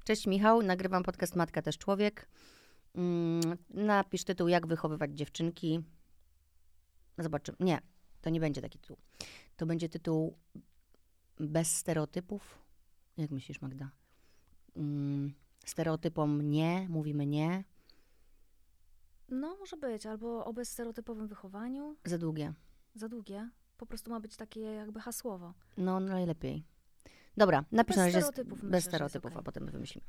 Cześć Michał, nagrywam podcast Matka też człowiek. Napisz tytuł Jak wychowywać dziewczynki. Zobaczymy. Nie, to nie będzie taki tytuł. To będzie tytuł Bez stereotypów. Jak myślisz, Magda? Stereotypom nie, mówimy nie. No, może być. Albo o bezstereotypowym wychowaniu. Za długie. Za długie. Po prostu ma być takie jakby hasłowo. No, najlepiej. Dobra, napisz na razie stereotypów, bez myślę, stereotypów, że jest a potem wymyślimy.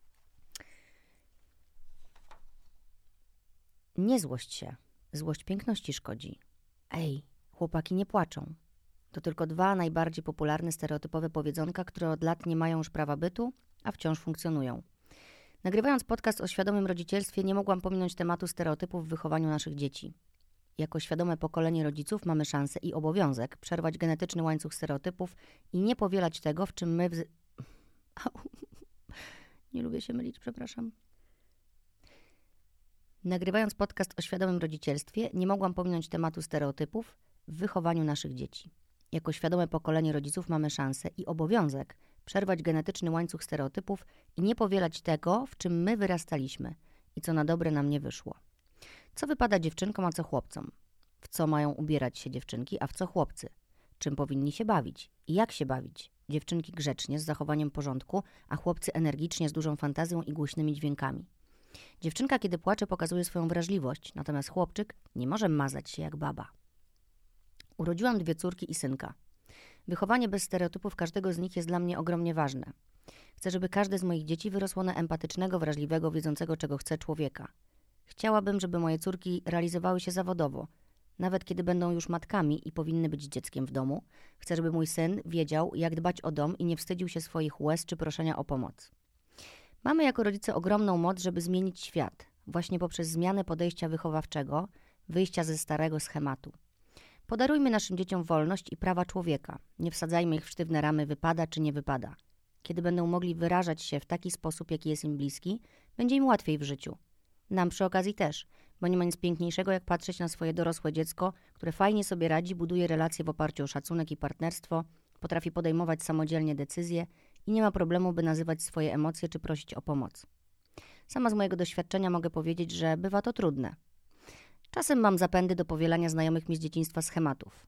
Nie złość się. Złość piękności szkodzi. Ej, chłopaki nie płaczą. To tylko 2 najbardziej popularne stereotypowe powiedzonka, które od lat nie mają już prawa bytu, a wciąż funkcjonują. Nagrywając podcast o świadomym rodzicielstwie, nie mogłam pominąć tematu stereotypów w wychowaniu naszych dzieci. Jako świadome pokolenie rodziców mamy szansę i obowiązek przerwać genetyczny łańcuch stereotypów i nie powielać tego, w czym my... Nie lubię się mylić, przepraszam. Nagrywając podcast o świadomym rodzicielstwie, nie mogłam pominąć tematu stereotypów w wychowaniu naszych dzieci. Jako świadome pokolenie rodziców mamy szansę i obowiązek przerwać genetyczny łańcuch stereotypów i nie powielać tego, w czym my wyrastaliśmy i co na dobre nam nie wyszło. Co wypada dziewczynkom, a co chłopcom? W co mają ubierać się dziewczynki, a w co chłopcy? Czym powinni się bawić? I jak się bawić? Dziewczynki grzecznie, z zachowaniem porządku, a chłopcy energicznie, z dużą fantazją i głośnymi dźwiękami. Dziewczynka, kiedy płacze, pokazuje swoją wrażliwość, natomiast chłopczyk nie może mazać się jak baba. Urodziłam 2 córki i synka. Wychowanie bez stereotypów każdego z nich jest dla mnie ogromnie ważne. Chcę, żeby każde z moich dzieci wyrosło na empatycznego, wrażliwego, wiedzącego, czego chce człowieka. Chciałabym, żeby moje córki realizowały się zawodowo, nawet kiedy będą już matkami i powinny być dzieckiem w domu. Chcę, żeby mój syn wiedział, jak dbać o dom i nie wstydził się swoich łez czy proszenia o pomoc. Mamy jako rodzice ogromną moc, żeby zmienić świat, właśnie poprzez zmianę podejścia wychowawczego, wyjścia ze starego schematu. Podarujmy naszym dzieciom wolność i prawa człowieka. Nie wsadzajmy ich w sztywne ramy wypada czy nie wypada. Kiedy będą mogli wyrażać się w taki sposób, jaki jest im bliski, będzie im łatwiej w życiu. Nam przy okazji też, bo nie ma nic piękniejszego, jak patrzeć na swoje dorosłe dziecko, które fajnie sobie radzi, buduje relacje w oparciu o szacunek i partnerstwo, potrafi podejmować samodzielnie decyzje i nie ma problemu, by nazywać swoje emocje czy prosić o pomoc. Sama z mojego doświadczenia mogę powiedzieć, że bywa to trudne. Czasem mam zapędy do powielania znajomych mi z dzieciństwa schematów.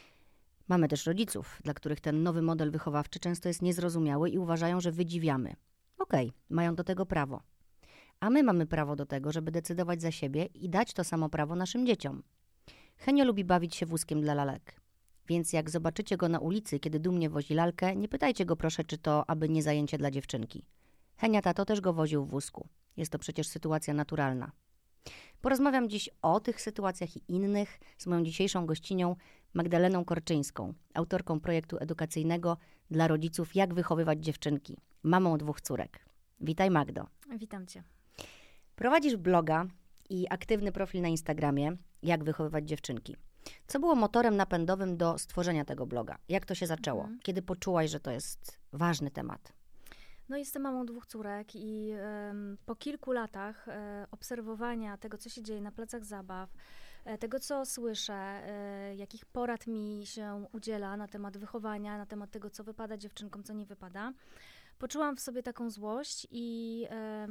Mamy też rodziców, dla których ten nowy model wychowawczy często jest niezrozumiały i uważają, że wydziwiamy. Okej, mają do tego prawo. A my mamy prawo do tego, żeby decydować za siebie i dać to samo prawo naszym dzieciom. Henio lubi bawić się wózkiem dla lalek. Więc jak zobaczycie go na ulicy, kiedy dumnie wozi lalkę, nie pytajcie go proszę, czy to aby nie zajęcie dla dziewczynki. Henia tato też go woził w wózku. Jest to przecież sytuacja naturalna. Porozmawiam dziś o tych sytuacjach i innych z moją dzisiejszą gościnią Magdaleną Korczyńską, autorką projektu edukacyjnego dla rodziców Jak wychowywać dziewczynki, mamą 2 córek. Witaj Magdo. Witam Cię. Prowadzisz bloga i aktywny profil na Instagramie Jak wychowywać dziewczynki. Co było motorem napędowym do stworzenia tego bloga? Jak to się zaczęło? Kiedy poczułaś, że to jest ważny temat? No, jestem mamą 2 córek i po kilku latach obserwowania tego, co się dzieje na placach zabaw, tego, co słyszę, jakich porad mi się udziela na temat wychowania, na temat tego, co wypada dziewczynkom, co nie wypada, poczułam w sobie taką złość i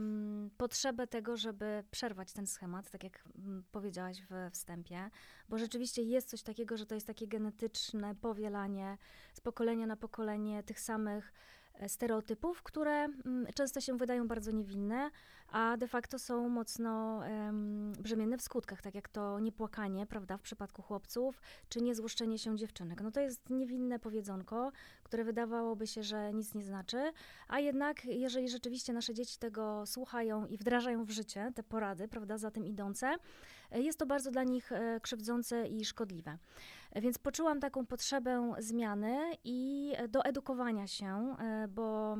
potrzebę tego, żeby przerwać ten schemat, tak jak powiedziałaś w wstępie, bo rzeczywiście jest coś takiego, że to jest takie genetyczne powielanie z pokolenia na pokolenie tych samych stereotypów, które często się wydają bardzo niewinne, a de facto są mocno brzemienne w skutkach, tak jak to niepłakanie, prawda, w przypadku chłopców, czy niezłoszczenie się dziewczynek. No to jest niewinne powiedzonko, które wydawałoby się, że nic nie znaczy, a jednak jeżeli rzeczywiście nasze dzieci tego słuchają i wdrażają w życie te porady, prawda, za tym idące, jest to bardzo dla nich krzywdzące i szkodliwe. Więc poczułam taką potrzebę zmiany i doedukowania się, bo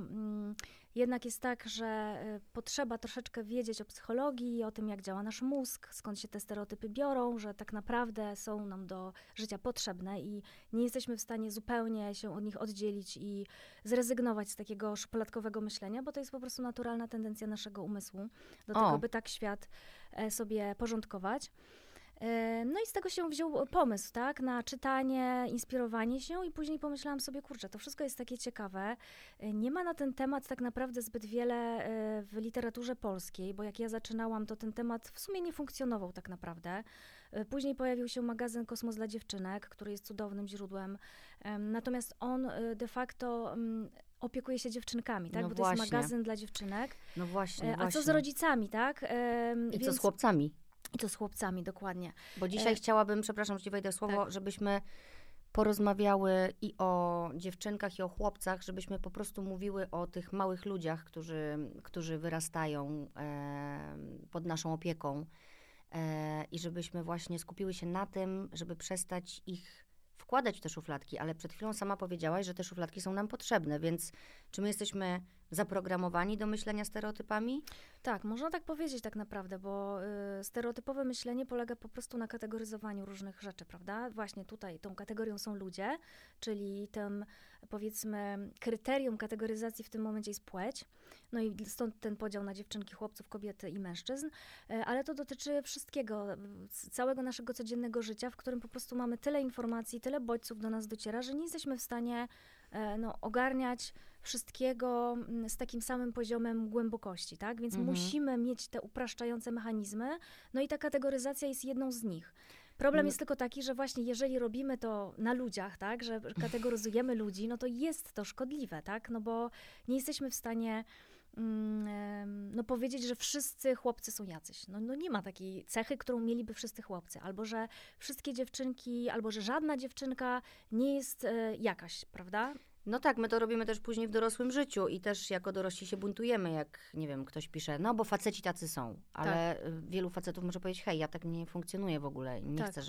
jednak jest tak, że potrzeba troszeczkę wiedzieć o psychologii, o tym, jak działa nasz mózg, skąd się te stereotypy biorą, że tak naprawdę są nam do życia potrzebne i nie jesteśmy w stanie zupełnie się od nich oddzielić i zrezygnować z takiego szufladkowego myślenia, bo to jest po prostu naturalna tendencja naszego umysłu do tego, by tak świat sobie porządkować. No i z tego się wziął pomysł, tak, na czytanie, inspirowanie się i później pomyślałam sobie, kurczę, to wszystko jest takie ciekawe. Nie ma na ten temat tak naprawdę zbyt wiele w literaturze polskiej, bo jak ja zaczynałam, to ten temat w sumie nie funkcjonował tak naprawdę. Później pojawił się magazyn Kosmos dla dziewczynek, który jest cudownym źródłem. Natomiast on de facto opiekuje się dziewczynkami, tak? No Bo właśnie. to jest magazyn dla dziewczynek. No właśnie, A co z rodzicami, tak? I co z chłopcami? I to z chłopcami, dokładnie. Bo dzisiaj chciałabym, przepraszam, że ci wejdę w słowo, Tak. żebyśmy porozmawiały i o dziewczynkach, i o chłopcach, żebyśmy po prostu mówiły o tych małych ludziach, którzy wyrastają pod naszą opieką i żebyśmy właśnie skupiły się na tym, żeby przestać ich wkładać w te szufladki, ale przed chwilą sama powiedziałaś, że te szufladki są nam potrzebne, więc czy my jesteśmy zaprogramowani do myślenia stereotypami? Tak, można tak powiedzieć tak naprawdę, bo stereotypowe myślenie polega po prostu na kategoryzowaniu różnych rzeczy, prawda? Właśnie tutaj tą kategorią są ludzie, czyli tym, powiedzmy, kryterium kategoryzacji w tym momencie jest płeć. No i stąd ten podział na dziewczynki, chłopców, kobiety i mężczyzn, ale to dotyczy wszystkiego, całego naszego codziennego życia, w którym po prostu mamy tyle informacji, tyle bodźców do nas dociera, że nie jesteśmy w stanie ogarniać wszystkiego z takim samym poziomem głębokości, tak? Więc musimy mieć te upraszczające mechanizmy, no i ta kategoryzacja jest jedną z nich. Problem jest tylko taki, że właśnie jeżeli robimy to na ludziach, tak, że kategoryzujemy ludzi, no to jest to szkodliwe, tak? No bo nie jesteśmy w stanie powiedzieć, że wszyscy chłopcy są jacyś. No nie ma takiej cechy, którą mieliby wszyscy chłopcy. Albo, że wszystkie dziewczynki, albo, że żadna dziewczynka nie jest jakaś, prawda? No tak, my to robimy też później w dorosłym życiu i też jako dorośli się buntujemy, jak, nie wiem, ktoś pisze, no bo faceci tacy są, ale wielu facetów może powiedzieć, hej, ja tak nie funkcjonuję w ogóle, nie chcę,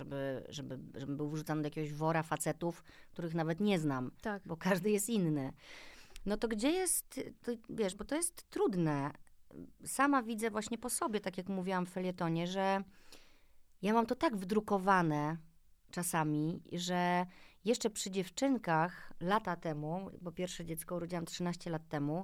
żebym był wrzucany do jakiegoś wora facetów, których nawet nie znam, bo każdy jest inny. No to gdzie jest, to, wiesz, bo to jest trudne. Sama widzę właśnie po sobie, tak jak mówiłam w felietonie, że ja mam to tak wdrukowane czasami, że jeszcze przy dziewczynkach lata temu, bo pierwsze dziecko urodziłam 13 lat temu,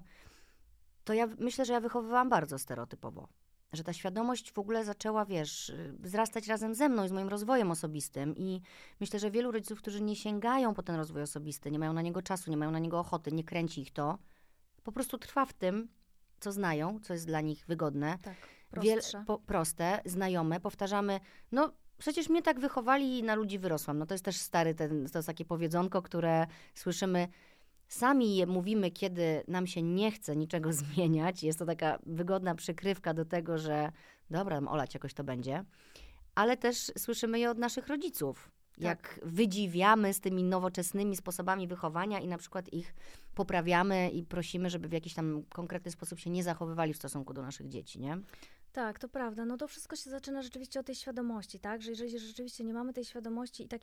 to ja myślę, że ja wychowywałam bardzo stereotypowo. Że ta świadomość w ogóle zaczęła, wiesz, wzrastać razem ze mną i z moim rozwojem osobistym. I myślę, że wielu rodziców, którzy nie sięgają po ten rozwój osobisty, nie mają na niego czasu, nie mają na niego ochoty, nie kręci ich to, po prostu trwa w tym, co znają, co jest dla nich wygodne. Tak, prostsze. Proste, znajome, powtarzamy, no przecież mnie tak wychowali i na ludzi wyrosłam. No to jest też to jest takie powiedzonko, które słyszymy, sami je mówimy, kiedy nam się nie chce niczego zmieniać. Jest to taka wygodna przykrywka do tego, że dobra, olać jakoś to będzie. Ale też słyszymy je od naszych rodziców. Jak wydziwiamy z tymi nowoczesnymi sposobami wychowania i na przykład ich poprawiamy i prosimy, żeby w jakiś tam konkretny sposób się nie zachowywali w stosunku do naszych dzieci, nie? Tak, to prawda. No to wszystko się zaczyna rzeczywiście od tej świadomości, tak? Że jeżeli rzeczywiście nie mamy tej świadomości i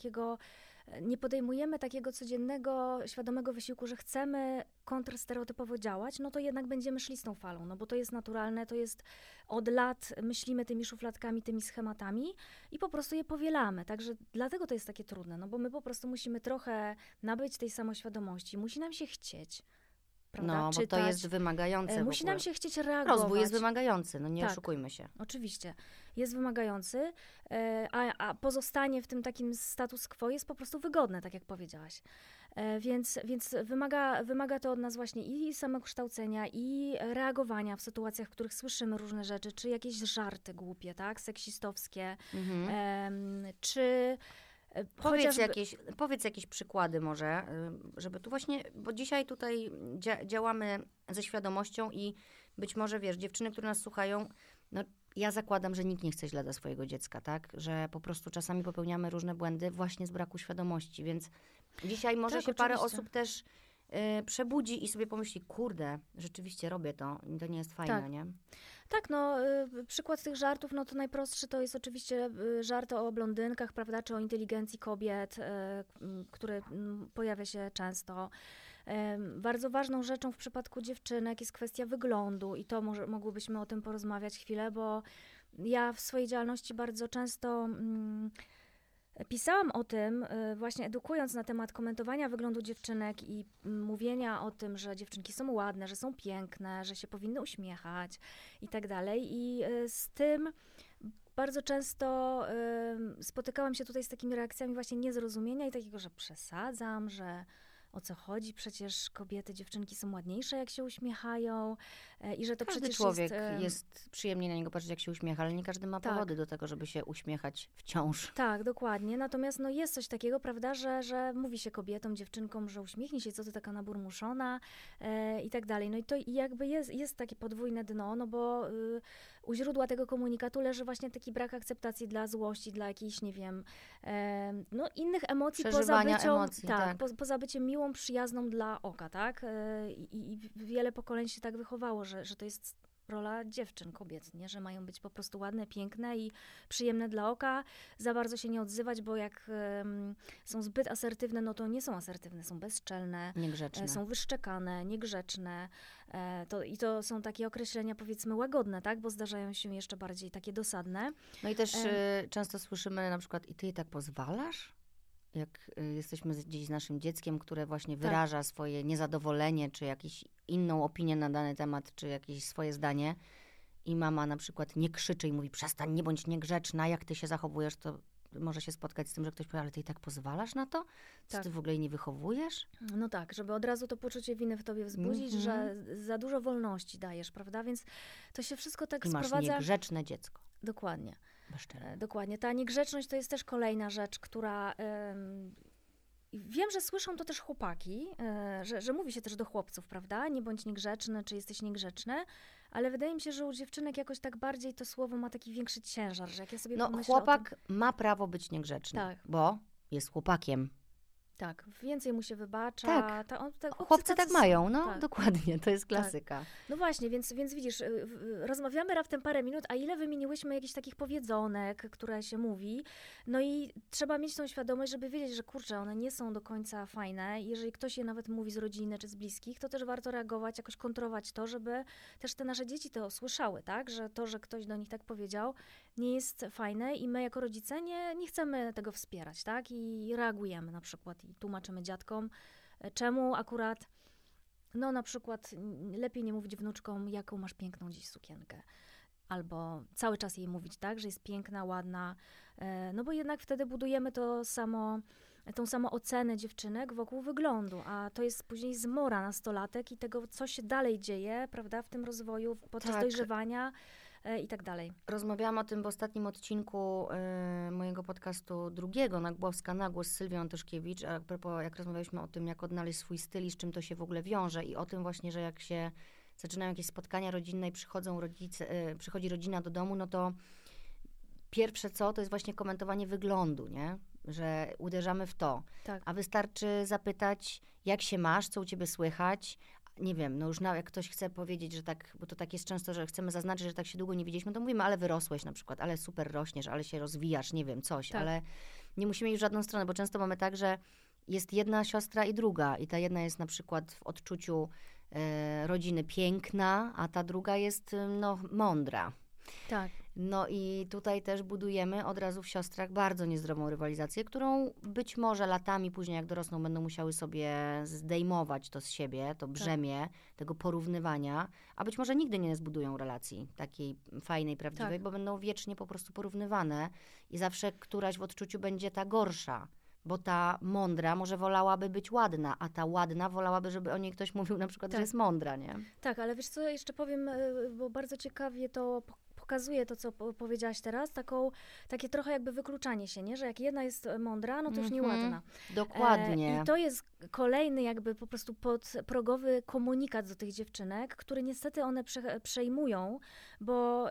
nie podejmujemy takiego codziennego, świadomego wysiłku, że chcemy kontrstereotypowo działać, no to jednak będziemy szli z tą falą, no bo to jest naturalne, to jest od lat myślimy tymi szufladkami, tymi schematami i po prostu je powielamy, także dlatego to jest takie trudne, no bo my po prostu musimy trochę nabyć tej samoświadomości, musi nam się chcieć. Prawda? No, bo to jest wymagające. Musi nam się chcieć reagować. Rozwój jest wymagający, no nie oszukujmy się. Oczywiście, jest wymagający, a pozostanie w tym takim status quo jest po prostu wygodne, tak jak powiedziałaś. Więc wymaga to od nas właśnie i samokształcenia, i reagowania w sytuacjach, w których słyszymy różne rzeczy, czy jakieś żarty głupie, tak, seksistowskie, czy... Powiedz jakieś przykłady może, żeby tu właśnie, bo dzisiaj tutaj działamy ze świadomością i być może, wiesz, dziewczyny, które nas słuchają, no ja zakładam, że nikt nie chce źle dla swojego dziecka, tak? Że po prostu czasami popełniamy różne błędy właśnie z braku świadomości, więc dzisiaj może się parę osób też przebudzi i sobie pomyśli, kurde, rzeczywiście robię to i to nie jest fajne, nie? Tak, no przykład tych żartów, no to najprostszy to jest oczywiście żart o blondynkach, prawda, czy o inteligencji kobiet, który pojawia się często. Bardzo ważną rzeczą w przypadku dziewczynek jest kwestia wyglądu i to mogłybyśmy o tym porozmawiać chwilę, bo ja w swojej działalności bardzo często pisałam o tym, właśnie edukując na temat komentowania wyglądu dziewczynek i mówienia o tym, że dziewczynki są ładne, że są piękne, że się powinny uśmiechać i tak dalej. I z tym bardzo często spotykałam się tutaj z takimi reakcjami właśnie niezrozumienia i takiego, że przesadzam, że o co chodzi, przecież kobiety, dziewczynki są ładniejsze, jak się uśmiechają i że to Każdy przecież człowiek jest... jest przyjemniej na niego patrzeć, jak się uśmiecha, ale nie każdy ma Tak. powody do tego, żeby się uśmiechać wciąż. Tak, dokładnie. Natomiast no, jest coś takiego, prawda, że mówi się kobietom, dziewczynkom, że uśmiechnij się, co ty taka naburmuszona i tak dalej. No i to jakby jest takie podwójne dno, no bo u źródła tego komunikatu leży właśnie taki brak akceptacji dla złości, dla jakichś, nie wiem, no innych emocji Przeżywania poza byciem, emocji, tak. poza byciem miłą, przyjazną dla oka, tak? I wiele pokoleń się tak wychowało, że to jest rola dziewczyn, kobiet, nie? Że mają być po prostu ładne, piękne i przyjemne dla oka, za bardzo się nie odzywać, bo jak są zbyt asertywne, no to nie są asertywne, są bezczelne, Niegrzeczne. są wyszczekane, niegrzeczne. I to są takie określenia, powiedzmy, łagodne, tak? Bo zdarzają się jeszcze bardziej takie dosadne. No i też często słyszymy na przykład, i ty jej tak pozwalasz? Jak jesteśmy gdzieś z naszym dzieckiem, które właśnie wyraża swoje niezadowolenie, czy jakąś inną opinię na dany temat, czy jakieś swoje zdanie i mama na przykład nie krzyczy i mówi, przestań, nie bądź niegrzeczna, jak ty się zachowujesz, to może się spotkać z tym, że ktoś powie, ale ty i tak pozwalasz na to? Co ty w ogóle jej nie wychowujesz? No tak, żeby od razu to poczucie winy w tobie wzbudzić, że za dużo wolności dajesz, prawda? Więc to się wszystko tak I masz sprowadza... niegrzeczne dziecko. Dokładnie. Bezczelne. Dokładnie. Ta niegrzeczność to jest też kolejna rzecz, która... Wiem, że słyszą to też chłopaki, że mówi się też do chłopców, prawda? Nie bądź niegrzeczny, czy jesteś niegrzeczny, ale wydaje mi się, że u dziewczynek jakoś tak bardziej to słowo ma taki większy ciężar, że jak ja sobie pomyślę chłopak ma prawo być niegrzeczny, tak. bo jest chłopakiem. Tak, więcej mu się wybacza. Tak, chłopcy tak mają, no tak. Dokładnie, to jest klasyka. Tak. No właśnie, więc widzisz, rozmawiamy raptem parę minut, a ile wymieniłyśmy jakichś takich powiedzonek, które się mówi, no i trzeba mieć tą świadomość, żeby wiedzieć, że kurczę, one nie są do końca fajne. Jeżeli ktoś je nawet mówi z rodziny czy z bliskich, to też warto reagować, jakoś kontrować to, żeby też te nasze dzieci to słyszały, tak, że to, że ktoś do nich tak powiedział, nie jest fajne i my jako rodzice nie chcemy tego wspierać, tak, i reagujemy na przykład i tłumaczymy dziadkom, czemu akurat, no na przykład lepiej nie mówić wnuczkom, jaką masz piękną dziś sukienkę. Albo cały czas jej mówić, tak, że jest piękna, ładna, no bo jednak wtedy budujemy tą samą ocenę dziewczynek wokół wyglądu, a to jest później zmora nastolatek i tego, co się dalej dzieje, prawda, w tym rozwoju, podczas dojrzewania i tak dalej. Rozmawiałam o tym w ostatnim odcinku mojego podcastu drugiego, Nagłowska na głos, z Sylwią Tyszkiewicz, a propos, jak rozmawialiśmy o tym, jak odnaleźć swój styl i z czym to się w ogóle wiąże i o tym właśnie, że jak się zaczynają jakieś spotkania rodzinne i przychodzi rodzina do domu, no to pierwsze to jest właśnie komentowanie wyglądu, nie? Że uderzamy w to. Tak. A wystarczy zapytać, jak się masz, co u ciebie słychać. Nie wiem, no już jak ktoś chce powiedzieć, że tak, bo to tak jest często, że chcemy zaznaczyć, że tak się długo nie widzieliśmy, to mówimy, ale wyrosłeś na przykład, ale super rośniesz, ale się rozwijasz, nie wiem, coś, tak. Ale nie musimy iść w żadną stronę, bo często mamy tak, że jest jedna siostra i druga i ta jedna jest na przykład w odczuciu rodziny piękna, a ta druga jest mądra. Tak. No i tutaj też budujemy od razu w siostrach bardzo niezdrową rywalizację, którą być może latami później, jak dorosną, będą musiały sobie zdejmować to z siebie, to brzemię tego porównywania, a być może nigdy nie zbudują relacji takiej fajnej, prawdziwej, bo będą wiecznie po prostu porównywane i zawsze któraś w odczuciu będzie ta gorsza. Bo ta mądra może wolałaby być ładna, a ta ładna wolałaby, żeby o niej ktoś mówił na przykład, że jest mądra, nie? Tak, ale wiesz co, jeszcze powiem, bo bardzo ciekawie to pokazuje to, co powiedziałaś teraz, takie trochę jakby wykluczanie się, nie? Że jak jedna jest mądra, no to już nieładna. Dokładnie. I to jest kolejny jakby po prostu podprogowy komunikat do tych dziewczynek, który niestety one przejmują, bo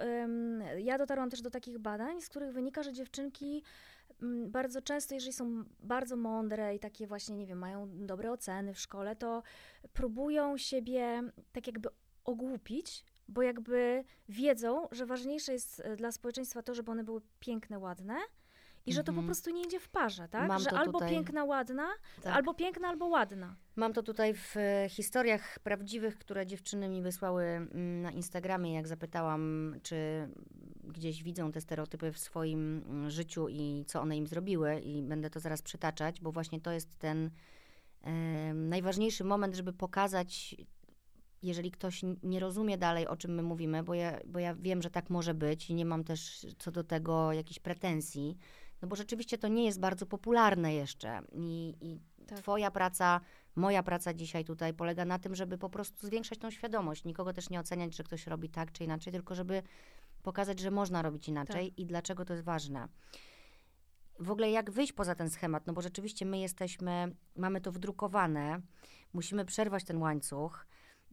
ja dotarłam też do takich badań, z których wynika, że dziewczynki bardzo często, jeżeli są bardzo mądre i takie właśnie, nie wiem, mają dobre oceny w szkole, to próbują siebie tak jakby ogłupić, bo jakby wiedzą, że ważniejsze jest dla społeczeństwa to, żeby one były piękne, ładne i że to po prostu nie idzie w parze, tak? Że albo piękna, ładna, albo piękna, albo ładna. Mam to tutaj w historiach prawdziwych, które dziewczyny mi wysłały na Instagramie, jak zapytałam, czy gdzieś widzą te stereotypy w swoim życiu i co one im zrobiły i będę to zaraz przytaczać, bo właśnie to jest ten najważniejszy moment, żeby pokazać jeżeli ktoś nie rozumie dalej, o czym my mówimy, bo ja wiem, że tak może być i nie mam też co do tego jakichś pretensji, no bo rzeczywiście to nie jest bardzo popularne jeszcze i Tak. twoja praca, moja praca dzisiaj tutaj polega na tym, żeby po prostu zwiększać tą świadomość, nikogo też nie oceniać, że ktoś robi tak czy inaczej, tylko żeby pokazać, że można robić inaczej i dlaczego to jest ważne. W ogóle jak wyjść poza ten schemat, no bo rzeczywiście my mamy to wdrukowane, musimy przerwać ten łańcuch.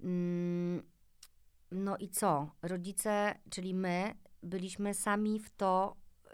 No i co? Rodzice, czyli my, byliśmy sami w to,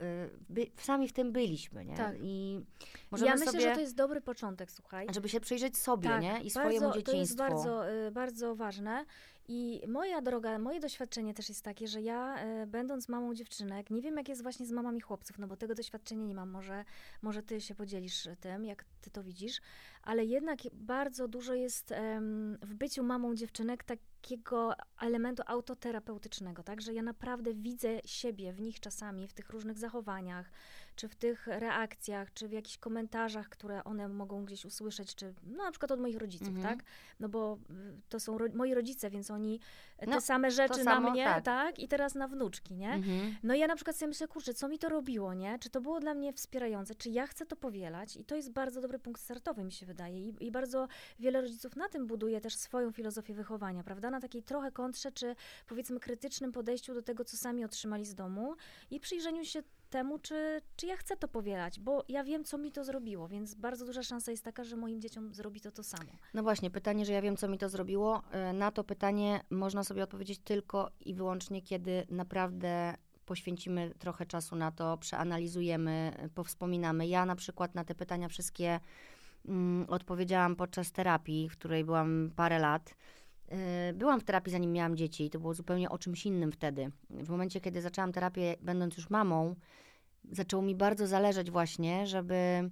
sami w tym byliśmy, nie? Tak. I możemy Ja myślę, sobie, że to jest dobry początek, słuchaj. żeby się przyjrzeć sobie, Tak, nie? I swojemu To jest dzieciństwu. bardzo ważne. I moje doświadczenie też jest takie, że ja, będąc mamą dziewczynek, nie wiem, jak jest właśnie z mamami chłopców, no bo tego doświadczenia nie mam. Może ty się podzielisz tym, jak ty to widzisz, ale jednak bardzo dużo jest w byciu mamą dziewczynek takiego elementu autoterapeutycznego, tak? Że ja naprawdę widzę siebie w nich czasami, w tych różnych zachowaniach, czy w tych reakcjach, czy w jakichś komentarzach, które one mogą gdzieś usłyszeć, czy no, na przykład od moich rodziców, tak? No bo to są moi rodzice, więc oni te same rzeczy na mnie, tak? I teraz na wnuczki, nie? No i ja na przykład sobie myślę, kurczę, co mi to robiło, nie? Czy to było dla mnie wspierające? Czy ja chcę to powielać? I to jest bardzo dobry punkt startowy, mi się wydaje. I bardzo wiele rodziców na tym buduje też swoją filozofię wychowania, prawda? Na takiej trochę kontrze, czy powiedzmy krytycznym podejściu do tego, co sami otrzymali z domu i przyjrzeniu się temu, czy ja chcę to powielać, bo ja wiem, co mi to zrobiło, więc bardzo duża szansa jest taka, że moim dzieciom zrobi to samo. No właśnie, pytanie, że ja wiem, co mi to zrobiło, na to pytanie można sobie odpowiedzieć tylko i wyłącznie, kiedy naprawdę poświęcimy trochę czasu na to, przeanalizujemy, powspominamy. Ja na przykład na te pytania wszystkie odpowiedziałam podczas terapii, w której byłam parę lat. Byłam w terapii, zanim miałam dzieci i to było zupełnie o czymś innym wtedy. W momencie, kiedy zaczęłam terapię, będąc już mamą, zaczęło mi bardzo zależeć właśnie, żeby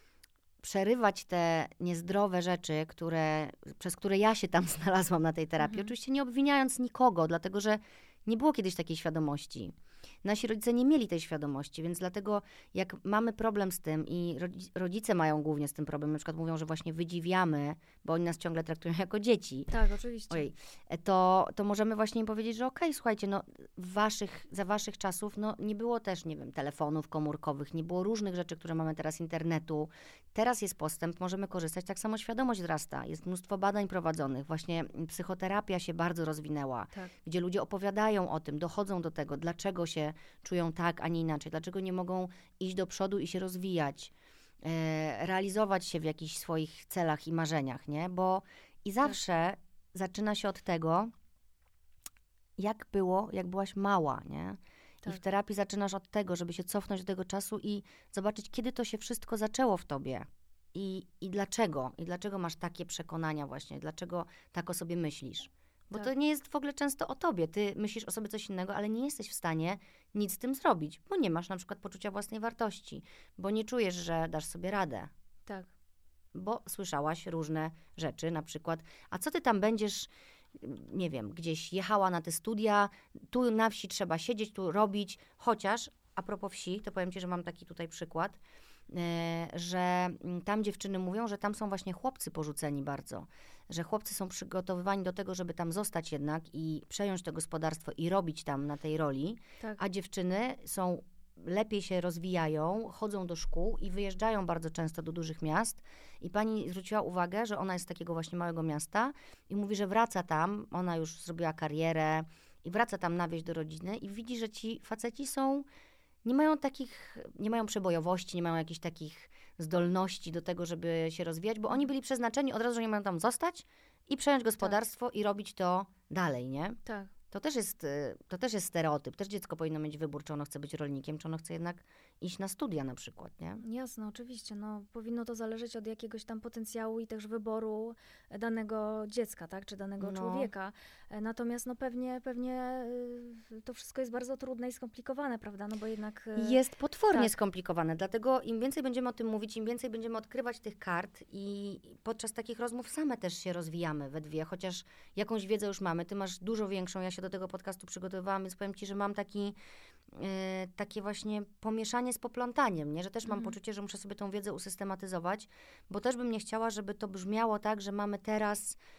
przerywać te niezdrowe rzeczy, przez które ja się tam znalazłam na tej terapii. Oczywiście nie obwiniając nikogo, dlatego że nie było kiedyś takiej świadomości. Nasi rodzice nie mieli tej świadomości, więc dlatego jak mamy problem z tym i rodzice mają głównie z tym problem, na przykład mówią, że właśnie wydziwiamy, bo oni nas ciągle traktują jako dzieci. Tak, oczywiście. Ojej, to możemy właśnie im powiedzieć, że okej, słuchajcie, no za waszych czasów no nie było też, nie wiem, telefonów komórkowych, nie było różnych rzeczy, które mamy teraz, internetu. Teraz jest postęp, możemy korzystać, tak samo świadomość wzrasta. Jest mnóstwo badań prowadzonych, właśnie psychoterapia się bardzo rozwinęła, gdzie ludzie opowiadają o tym, dochodzą do tego, dlaczego się czują tak, a nie inaczej, dlaczego nie mogą iść do przodu i się rozwijać, realizować się w jakichś swoich celach i marzeniach, nie? Bo i zawsze zaczyna się od tego, jak było, jak byłaś mała, nie? I w terapii zaczynasz od tego, żeby się cofnąć do tego czasu i zobaczyć, kiedy to się wszystko zaczęło w tobie. I dlaczego? I dlaczego masz takie przekonania właśnie? Dlaczego tak o sobie myślisz? Bo to nie jest w ogóle często o tobie. Ty myślisz o sobie coś innego, ale nie jesteś w stanie nic z tym zrobić, bo nie masz na przykład poczucia własnej wartości, bo nie czujesz, że dasz sobie radę. Tak. Bo słyszałaś różne rzeczy, na przykład, a co ty tam będziesz, nie wiem, gdzieś jechała na te studia, tu na wsi trzeba siedzieć, tu robić, chociaż, a propos wsi, to powiem ci, że mam taki tutaj przykład, że tam dziewczyny mówią, że tam są właśnie chłopcy porzuceni bardzo, że chłopcy są przygotowywani do tego, żeby tam zostać jednak i przejąć to gospodarstwo i robić tam na tej roli, a dziewczyny lepiej się rozwijają, chodzą do szkół i wyjeżdżają bardzo często do dużych miast. I pani zwróciła uwagę, że ona jest z takiego właśnie małego miasta i mówi, że wraca tam, ona już zrobiła karierę i wraca tam na wieś do rodziny i widzi, że ci faceci nie mają przebojowości, nie mają jakichś takich zdolności do tego, żeby się rozwijać, bo oni byli przeznaczeni od razu, że nie mają tam zostać i przejąć gospodarstwo i robić to dalej, nie? Tak. To też jest stereotyp. Też dziecko powinno mieć wybór, czy ono chce być rolnikiem, czy ono chce jednak iść na studia na przykład, nie? Jasne, oczywiście. No, powinno to zależeć od jakiegoś tam potencjału i też wyboru danego dziecka, tak? Czy danego człowieka. Natomiast no pewnie to wszystko jest bardzo trudne i skomplikowane, prawda? No bo jednak... Jest potwornie skomplikowane, dlatego im więcej będziemy o tym mówić, im więcej będziemy odkrywać tych kart i podczas takich rozmów same też się rozwijamy we dwie, chociaż jakąś wiedzę już mamy. Ty masz dużo większą, ja się do tego podcastu przygotowywałam, więc powiem ci, że mam takie właśnie pomieszanie z poplątaniem, nie? Że też mam poczucie, że muszę sobie tą wiedzę usystematyzować, bo też bym nie chciała, żeby to brzmiało tak, że mamy teraz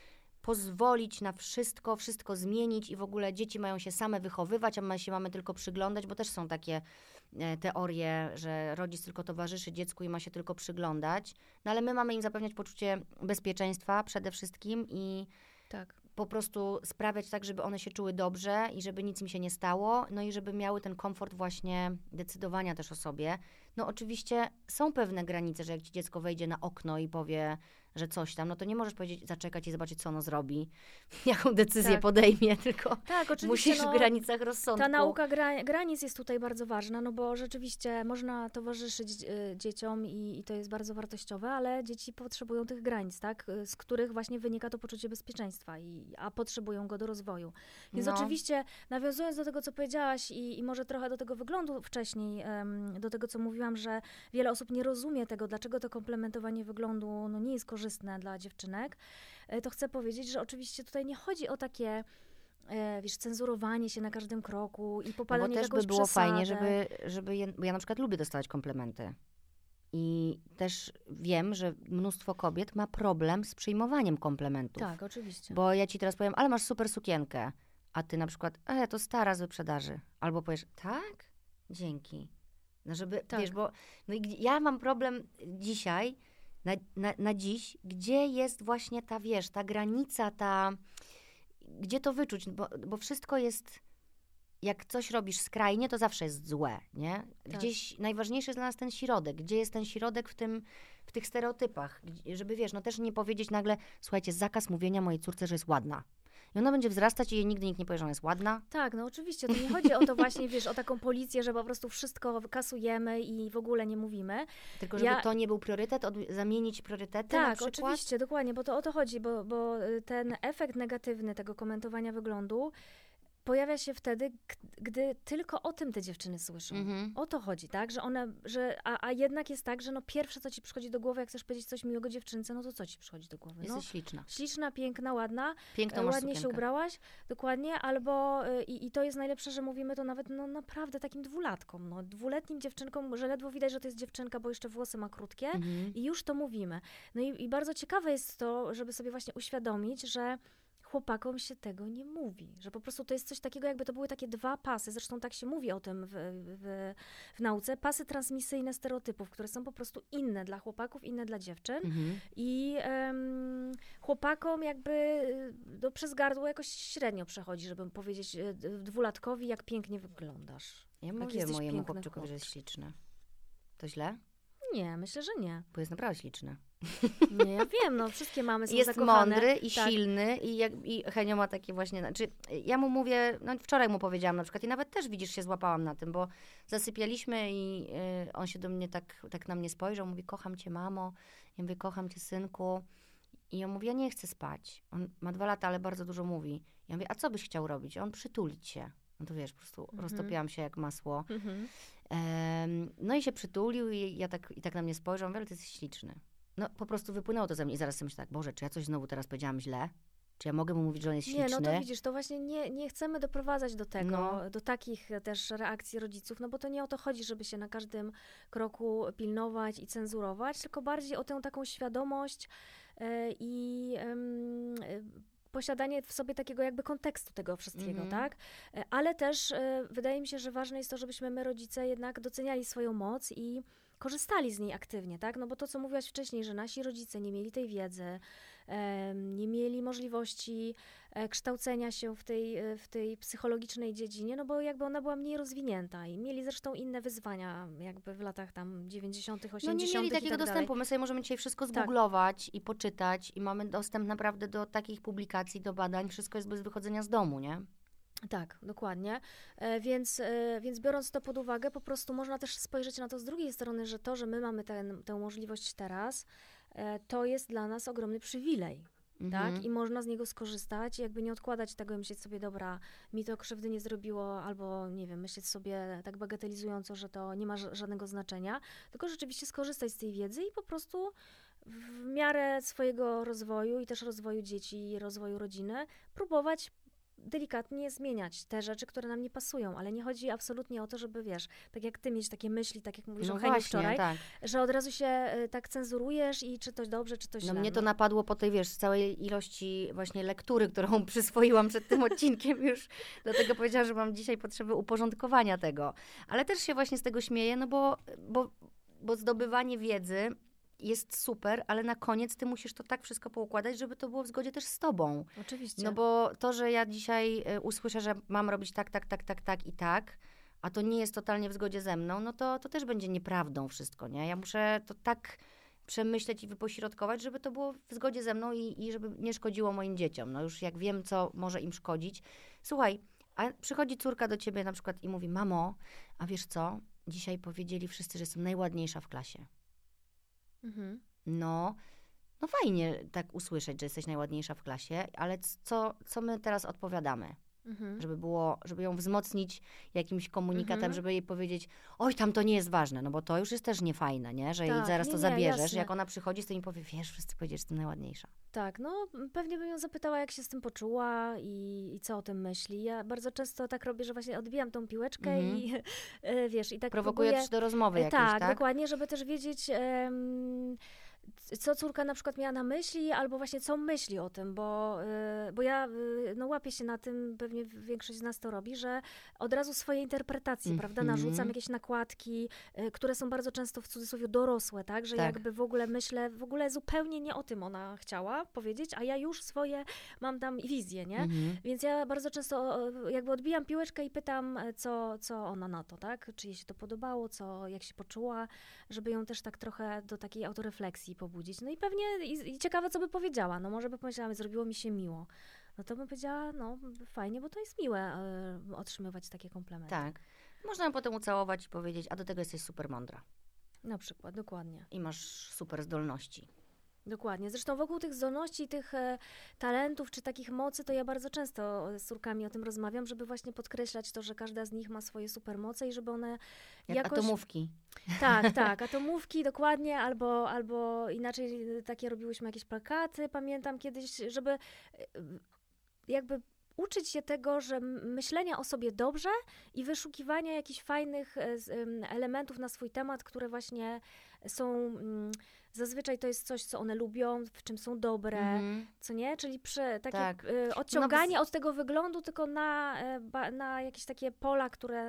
pozwolić na wszystko zmienić i w ogóle dzieci mają się same wychowywać, a my się mamy tylko przyglądać, bo też są takie teorie, że rodzic tylko towarzyszy dziecku i ma się tylko przyglądać. No ale my mamy im zapewniać poczucie bezpieczeństwa przede wszystkim i Tak. po prostu sprawiać tak, żeby one się czuły dobrze i żeby nic im się nie stało, no i żeby miały ten komfort właśnie decydowania też o sobie. No oczywiście są pewne granice, że jak ci dziecko wejdzie na okno i powie, że coś tam, no to nie możesz powiedzieć, zaczekać i zobaczyć, co ono zrobi, jaką decyzję podejmie, tylko Tak, oczywiście, musisz w granicach rozsądku. Ta nauka granic jest tutaj bardzo ważna, no bo rzeczywiście można towarzyszyć dzieciom i to jest bardzo wartościowe, ale dzieci potrzebują tych granic, tak, z których właśnie wynika to poczucie bezpieczeństwa, a potrzebują go do rozwoju. Więc oczywiście, nawiązując do tego, co powiedziałaś i może trochę do tego wyglądu wcześniej, do tego, co mówiłam, że wiele osób nie rozumie tego, dlaczego to komplementowanie wyglądu no, nie jest korzystne dla dziewczynek, to chcę powiedzieć, że oczywiście tutaj nie chodzi o takie cenzurowanie się na każdym kroku i popalanie jakąś jakąś by było przesadę. fajnie, bo ja na przykład lubię dostawać komplementy. I też wiem, że mnóstwo kobiet ma problem z przyjmowaniem komplementów. Tak, oczywiście. Bo ja ci teraz powiem, ale masz super sukienkę, a ty na przykład, to stara z wyprzedaży. Albo powiesz, tak? Dzięki. No żeby, wiesz, bo no ja mam problem dzisiaj, na dziś, gdzie jest właśnie ta, wiesz, ta granica, gdzie to wyczuć, bo wszystko jest, jak coś robisz skrajnie, to zawsze jest złe, nie? Gdzieś najważniejszy jest dla nas ten środek, gdzie jest ten środek w tych stereotypach, żeby, wiesz, no też nie powiedzieć nagle, słuchajcie, zakaz mówienia mojej córce, że jest ładna. I ona będzie wzrastać i jej nigdy nikt nie powie, że ona jest ładna. Tak, no oczywiście. To nie chodzi o to właśnie, wiesz, o taką policję, że po prostu wszystko kasujemy i w ogóle nie mówimy. Tylko żeby to nie był priorytet, zamienić priorytety tak, na przykład. Oczywiście, dokładnie, bo to o to chodzi, bo ten efekt negatywny tego komentowania wyglądu pojawia się wtedy, gdy tylko o tym te dziewczyny słyszą. O to chodzi, tak? A jednak jest tak, że no pierwsze, co ci przychodzi do głowy, jak chcesz powiedzieć coś miłego dziewczynce, no to co ci przychodzi do głowy? Jesteś śliczna. Śliczna, piękna, ładna. Piękną ładnie się ubrałaś, dokładnie, albo i to jest najlepsze, że mówimy to nawet no naprawdę takim dwulatkom, no dwuletnim dziewczynkom, że ledwo widać, że to jest dziewczynka, bo jeszcze włosy ma krótkie i już to mówimy. No i bardzo ciekawe jest to, żeby sobie właśnie uświadomić, że chłopakom się tego nie mówi, że po prostu to jest coś takiego, jakby to były takie dwa pasy, zresztą tak się mówi o tym w nauce, pasy transmisyjne stereotypów, które są po prostu inne dla chłopaków, inne dla dziewczyn i chłopakom jakby przez gardło jakoś średnio przechodzi, żeby powiedzieć dwulatkowi, jak pięknie wyglądasz. Ja mówię mojemu chłopczykowi, że jest śliczny. To źle? Nie, myślę, że nie. Bo jest naprawdę śliczny. Nie, ja wiem, no wszystkie mamy są jest zakochane. Mądry i silny i Henio ma takie właśnie, znaczy ja mu mówię, no wczoraj mu powiedziałam na przykład i nawet też widzisz, się złapałam na tym, bo zasypialiśmy i on się do mnie tak na mnie spojrzał, mówi, kocham cię mamo, ja mówię, kocham cię synku i on mówi, ja nie chcę spać. On ma 2 lata, ale bardzo dużo mówi. Ja mówię, a co byś chciał robić? On przytulić się. No to wiesz, po prostu roztopiłam się jak masło. No i się przytulił i tak na mnie spojrzał, mówię, ale ty jesteś śliczny. No po prostu wypłynęło to ze mnie i zaraz sobie myślę tak, Boże, czy ja coś znowu teraz powiedziałam źle? Czy ja mogę mu mówić, że on jest śliczny? Nie, no to widzisz, to właśnie nie chcemy doprowadzać do tego, do takich też reakcji rodziców, no bo to nie o to chodzi, żeby się na każdym kroku pilnować i cenzurować, tylko bardziej o tę taką świadomość i posiadanie w sobie takiego jakby kontekstu tego wszystkiego, tak? Ale też wydaje mi się, że ważne jest to, żebyśmy my, rodzice, jednak doceniali swoją moc i korzystali z niej aktywnie, tak? No bo to, co mówiłaś wcześniej, że nasi rodzice nie mieli tej wiedzy, nie mieli możliwości kształcenia się w tej psychologicznej dziedzinie, no bo jakby ona była mniej rozwinięta i mieli zresztą inne wyzwania jakby w latach tam 90., 80. No nie mieli takiego dostępu. My sobie możemy dzisiaj wszystko zgooglować i poczytać i mamy dostęp naprawdę do takich publikacji, do badań. Wszystko jest bez wychodzenia z domu, nie? Tak, dokładnie. Więc biorąc to pod uwagę, po prostu można też spojrzeć na to z drugiej strony, że to, że my mamy tę możliwość teraz, to jest dla nas ogromny przywilej. Tak? I można z niego skorzystać, jakby nie odkładać tego i myśleć sobie, dobra, mi to krzywdy nie zrobiło, albo nie wiem, myśleć sobie tak bagatelizująco, że to nie ma żadnego znaczenia, tylko rzeczywiście skorzystać z tej wiedzy i po prostu w miarę swojego rozwoju i też rozwoju dzieci i rozwoju rodziny próbować delikatnie zmieniać te rzeczy, które nam nie pasują, ale nie chodzi absolutnie o to, żeby, wiesz, tak jak ty mieć takie myśli, tak jak mówisz o Heniu wczoraj, tak. że od razu się tak cenzurujesz i czy to dobrze, czy to źle. No mnie to napadło po tej, wiesz, całej ilości właśnie lektury, którą przyswoiłam przed tym odcinkiem już. Dlatego powiedziałam, że mam dzisiaj potrzebę uporządkowania tego. Ale też się właśnie z tego śmieję, no bo zdobywanie wiedzy jest super, ale na koniec ty musisz to tak wszystko poukładać, żeby to było w zgodzie też z tobą. Oczywiście. No bo to, że ja dzisiaj usłyszę, że mam robić tak i tak, a to nie jest totalnie w zgodzie ze mną, no to też będzie nieprawdą wszystko, nie? Ja muszę to tak przemyśleć i wypośrodkować, żeby to było w zgodzie ze mną i żeby nie szkodziło moim dzieciom. No już jak wiem, co może im szkodzić. Słuchaj, a przychodzi córka do ciebie na przykład i mówi, mamo, a wiesz co? Dzisiaj powiedzieli wszyscy, że jestem najładniejsza w klasie. Mhm. No fajnie tak usłyszeć, że jesteś najładniejsza w klasie, ale co my teraz odpowiadamy? Mhm. Żeby ją wzmocnić jakimś komunikatem, żeby jej powiedzieć, oj, tam to nie jest ważne, no bo to już jest też niefajne, nie? Że jej zaraz to zabierzesz. Jasne. Jak ona przychodzi, to mi powie, wiesz, wszyscy powiedzieli, że jestem najładniejsza. Tak, no pewnie bym ją zapytała, jak się z tym poczuła i co o tym myśli. Ja bardzo często tak robię, że właśnie odbijam tą piłeczkę i wiesz, i tak Prowokuję próbuję, też do rozmowy jakiejś, tak? dokładnie, żeby też wiedzieć, co córka na przykład miała na myśli, albo właśnie co myśli o tym, bo ja no, łapię się na tym, pewnie większość z nas to robi, że od razu swoje interpretacje, prawda, narzucam jakieś nakładki, które są bardzo często w cudzysłowie dorosłe, tak, że jakby w ogóle myślę, w ogóle zupełnie nie o tym ona chciała powiedzieć, a ja już swoje mam tam wizję, nie? Więc ja bardzo często jakby odbijam piłeczkę i pytam, co ona na to, tak? Czy jej się to podobało, jak się poczuła, żeby ją też tak trochę do takiej autorefleksji pobudzić. No i pewnie i ciekawe, co by powiedziała. No może by powiedziała, zrobiło mi się miło. No to bym powiedziała, no fajnie, bo to jest miłe otrzymywać takie komplementy. Tak. Można ją potem ucałować i powiedzieć, a do tego jesteś super mądra. Na przykład, dokładnie. I masz super zdolności. Dokładnie. Zresztą wokół tych zdolności, tych talentów czy takich mocy, to ja bardzo często z córkami o tym rozmawiam, żeby właśnie podkreślać to, że każda z nich ma swoje supermoce i żeby one jakoś... atomówki. Tak, atomówki, dokładnie, albo inaczej takie robiłyśmy jakieś plakaty, pamiętam kiedyś, żeby jakby uczyć się tego, że myślenia o sobie dobrze i wyszukiwania jakichś fajnych elementów na swój temat, które właśnie są... Zazwyczaj to jest coś, co one lubią, w czym są dobre, co nie? Czyli takie odciąganie od tego wyglądu tylko na jakieś takie pola,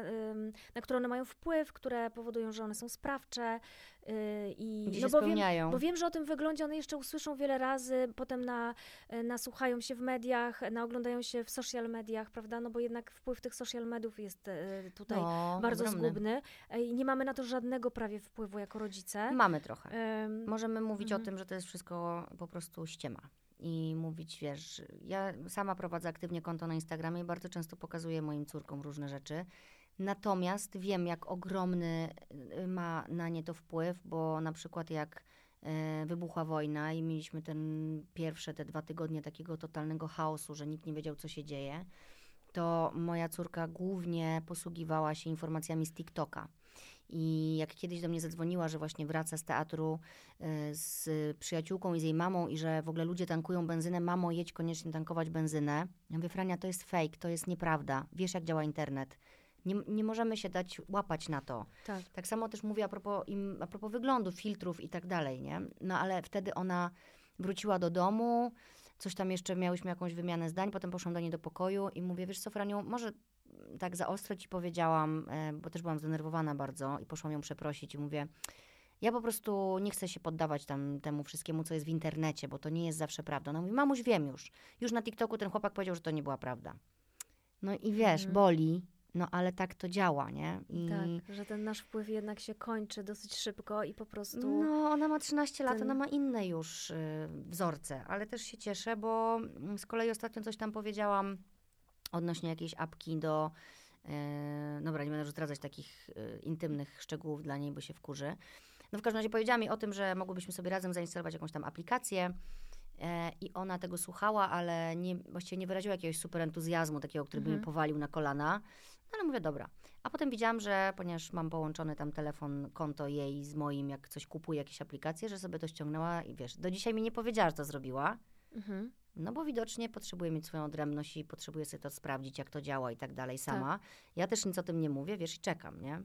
na które one mają wpływ, które powodują, że one są sprawcze. Gdzie się spełniają. Bo wiem, że o tym wyglądzie one jeszcze usłyszą wiele razy, potem nasłuchają się w mediach, naoglądają się w social mediach, prawda? No bo jednak wpływ tych social mediów jest tutaj bardzo zgubny i nie mamy na to żadnego prawie wpływu jako rodzice. Mamy trochę. Możemy mówić o tym, że to jest wszystko po prostu ściema. I mówić, wiesz, ja sama prowadzę aktywnie konto na Instagramie i bardzo często pokazuję moim córkom różne rzeczy. Natomiast wiem, jak ogromny ma na nie to wpływ, bo na przykład jak wybuchła wojna i mieliśmy te 2 tygodnie takiego totalnego chaosu, że nikt nie wiedział, co się dzieje, to moja córka głównie posługiwała się informacjami z TikToka. I jak kiedyś do mnie zadzwoniła, że właśnie wraca z teatru z przyjaciółką i z jej mamą i że w ogóle ludzie tankują benzynę, mamo, jedź koniecznie tankować benzynę. Ja mówię, Frania, to jest fake, to jest nieprawda. Wiesz, jak działa internet. Nie możemy się dać łapać na to. Tak samo też mówię a propos wyglądu, filtrów i tak dalej, nie? No ale wtedy ona wróciła do domu, coś tam jeszcze miałyśmy jakąś wymianę zdań, potem poszłam do niej do pokoju i mówię, wiesz co, Franiu, może tak za ostro ci powiedziałam, bo też byłam zdenerwowana bardzo i poszłam ją przeprosić i mówię, ja po prostu nie chcę się poddawać temu wszystkiemu, co jest w internecie, bo to nie jest zawsze prawda. Ona mówi, mamuś, wiem już na TikToku ten chłopak powiedział, że to nie była prawda. No i wiesz, boli, no ale tak to działa, nie? Tak, że ten nasz wpływ jednak się kończy dosyć szybko i po prostu... No, ona ma 13 lat, ona ma inne już wzorce, ale też się cieszę, bo z kolei ostatnio coś tam powiedziałam odnośnie jakiejś apki do... dobra, nie będę już zdradzać takich intymnych szczegółów dla niej, bo się wkurzy. No w każdym razie powiedziała mi o tym, że mogłybyśmy sobie razem zainstalować jakąś tam aplikację i ona tego słuchała, ale właściwie nie wyraziła jakiegoś super entuzjazmu, takiego, który by mnie powalił na kolana. No ale mówię, dobra. A potem widziałam, że ponieważ mam połączony tam telefon, konto jej z moim, jak coś kupuje, jakieś aplikacje, że sobie to ściągnęła i wiesz, do dzisiaj mi nie powiedziała, że to zrobiła. No bo widocznie potrzebuję mieć swoją odrębność i potrzebuję sobie to sprawdzić, jak to działa i tak dalej sama. Ja też nic o tym nie mówię, wiesz, i czekam, nie?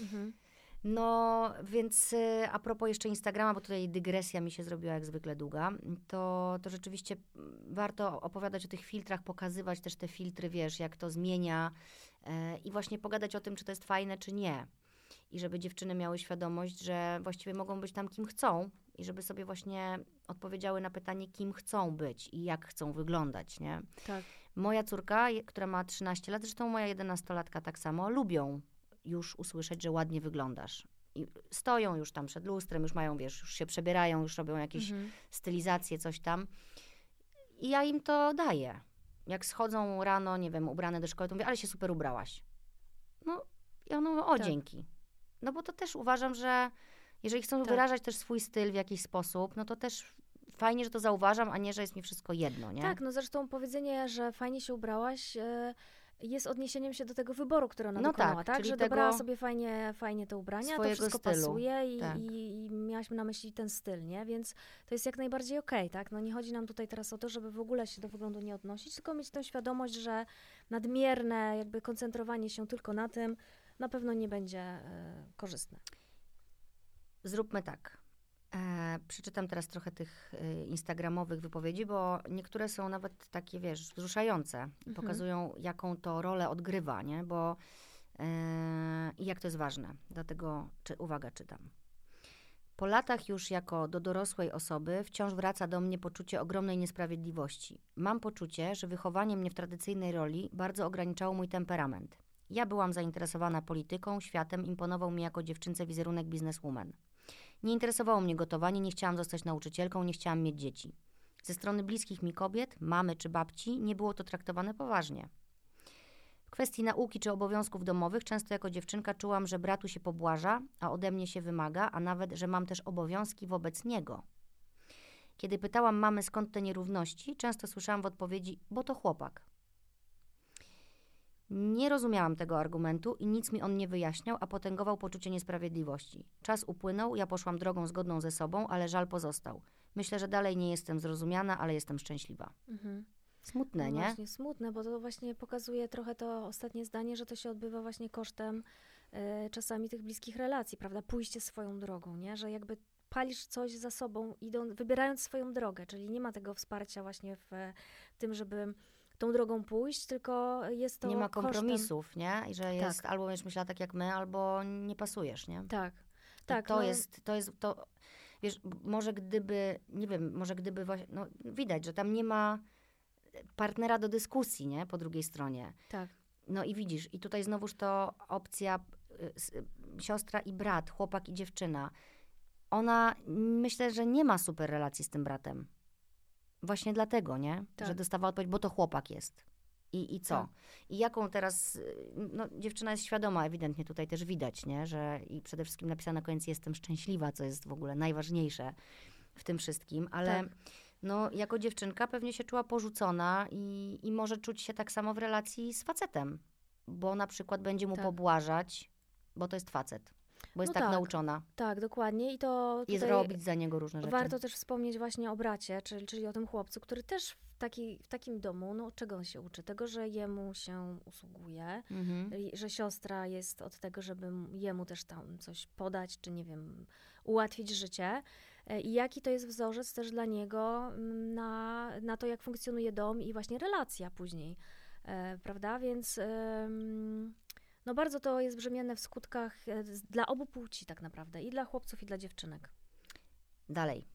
No, więc a propos jeszcze Instagrama, bo tutaj dygresja mi się zrobiła jak zwykle długa, to rzeczywiście warto opowiadać o tych filtrach, pokazywać też te filtry, wiesz, jak to zmienia i właśnie pogadać o tym, czy to jest fajne, czy nie. I żeby dziewczyny miały świadomość, że właściwie mogą być tam, kim chcą i żeby sobie właśnie odpowiedziały na pytanie, kim chcą być i jak chcą wyglądać, nie? Tak. Moja córka, która ma 13 lat, zresztą moja 11-latka tak samo, lubią już usłyszeć, że ładnie wyglądasz. I stoją już tam przed lustrem, już mają, wiesz, już się przebierają, już robią jakieś stylizacje, coś tam. I ja im to daję. Jak schodzą rano, nie wiem, ubrane do szkoły, to mówię, ale się super ubrałaś. No i one mówią, o, dzięki. No bo to też uważam, że jeżeli chcą wyrażać też swój styl w jakiś sposób, no to też fajnie, że to zauważam, a nie, że jest mi wszystko jedno, nie? Tak, no zresztą powiedzenie, że fajnie się ubrałaś, jest odniesieniem się do tego wyboru, który ona No dokonała, tak? tak? Czyli że dobrała sobie fajnie te ubrania, to wszystko stylu. pasuje Tak. i miałaś na myśli ten styl, nie? Więc to jest jak najbardziej okej, tak? No nie chodzi nam tutaj teraz o to, żeby w ogóle się do wyglądu nie odnosić, tylko mieć tę świadomość, że nadmierne jakby koncentrowanie się tylko na tym na pewno nie będzie korzystne. Zróbmy tak. Przeczytam teraz trochę tych instagramowych wypowiedzi, bo niektóre są nawet takie, wiesz, wzruszające. Pokazują, jaką to rolę odgrywa, nie? Bo i jak to jest ważne. Dlatego, uwaga, czytam. Po latach już jako do dorosłej osoby wciąż wraca do mnie poczucie ogromnej niesprawiedliwości. Mam poczucie, że wychowanie mnie w tradycyjnej roli bardzo ograniczało mój temperament. Ja byłam zainteresowana polityką, światem, imponował mi jako dziewczynce wizerunek bizneswoman. Nie interesowało mnie gotowanie, nie chciałam zostać nauczycielką, nie chciałam mieć dzieci. Ze strony bliskich mi kobiet, mamy czy babci, nie było to traktowane poważnie. W kwestii nauki czy obowiązków domowych często jako dziewczynka czułam, że bratu się pobłaża, a ode mnie się wymaga, a nawet, że mam też obowiązki wobec niego. Kiedy pytałam mamy, skąd te nierówności, często słyszałam w odpowiedzi, bo to chłopak. Nie rozumiałam tego argumentu i nic mi on nie wyjaśniał, a potęgował poczucie niesprawiedliwości. Czas upłynął, ja poszłam drogą zgodną ze sobą, ale żal pozostał. Myślę, że dalej nie jestem zrozumiana, ale jestem szczęśliwa. Smutne, no nie? Właśnie, smutne, bo to właśnie pokazuje trochę to ostatnie zdanie, że to się odbywa właśnie kosztem czasami tych bliskich relacji, prawda? Pójście swoją drogą, nie? Że jakby palisz coś za sobą, wybierając swoją drogę, czyli nie ma tego wsparcia właśnie w tym, żeby tą drogą pójść, tylko jest to nie ma kompromisów, kosztem. nie? I że jest albo będziesz myślała tak jak my, albo nie pasujesz, nie? Tak. To jest, wiesz, może gdyby właśnie, no widać, że tam nie ma partnera do dyskusji, nie? Po drugiej stronie. Tak. No i widzisz, i tutaj znowuż to opcja siostra i brat, chłopak i dziewczyna. Ona, myślę, że nie ma super relacji z tym bratem. Właśnie dlatego, nie? Tak. Że dostawała odpowiedź, bo to chłopak jest. I co? Tak. I jaką teraz, no dziewczyna jest świadoma, ewidentnie tutaj też widać, nie? Że i przede wszystkim napisana na koniec jestem szczęśliwa, co jest w ogóle najważniejsze w tym wszystkim, ale no jako dziewczynka pewnie się czuła porzucona i może czuć się tak samo w relacji z facetem, bo na przykład będzie mu pobłażać, bo to jest facet. Bo jest tak nauczona. Tak, dokładnie. I to tutaj jest robić za niego różne rzeczy. Warto też wspomnieć właśnie o bracie, czyli o tym chłopcu, który też w takim domu, no czego on się uczy? Tego, że jemu się usługuje, że siostra jest od tego, żeby jemu też tam coś podać, czy nie wiem, ułatwić życie. I jaki to jest wzorzec też dla niego na to, jak funkcjonuje dom i właśnie relacja później, prawda? Więc no bardzo to jest brzemienne w skutkach dla obu płci tak naprawdę, i dla chłopców, i dla dziewczynek. Dalej.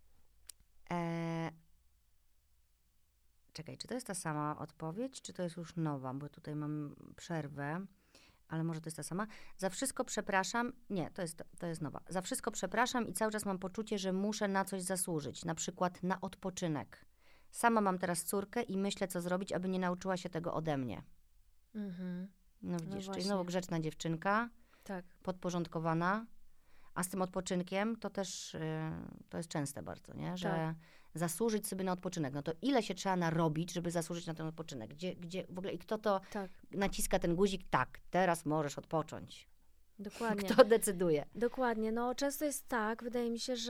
Czekaj, czy to jest ta sama odpowiedź, czy to jest już nowa, bo tutaj mam przerwę, ale może to jest ta sama. Za wszystko przepraszam, nie, to jest nowa. Za wszystko przepraszam i cały czas mam poczucie, że muszę na coś zasłużyć, na przykład na odpoczynek. Sama mam teraz córkę i myślę, co zrobić, aby nie nauczyła się tego ode mnie. No widzisz, czyli znowu grzeczna dziewczynka, podporządkowana, a z tym odpoczynkiem to też, to jest częste bardzo, nie? Że zasłużyć sobie na odpoczynek. No to ile się trzeba narobić, żeby zasłużyć na ten odpoczynek? Gdzie w ogóle i kto to naciska ten guzik? Tak, teraz możesz odpocząć. Dokładnie. Kto decyduje? Dokładnie. No często jest tak, wydaje mi się,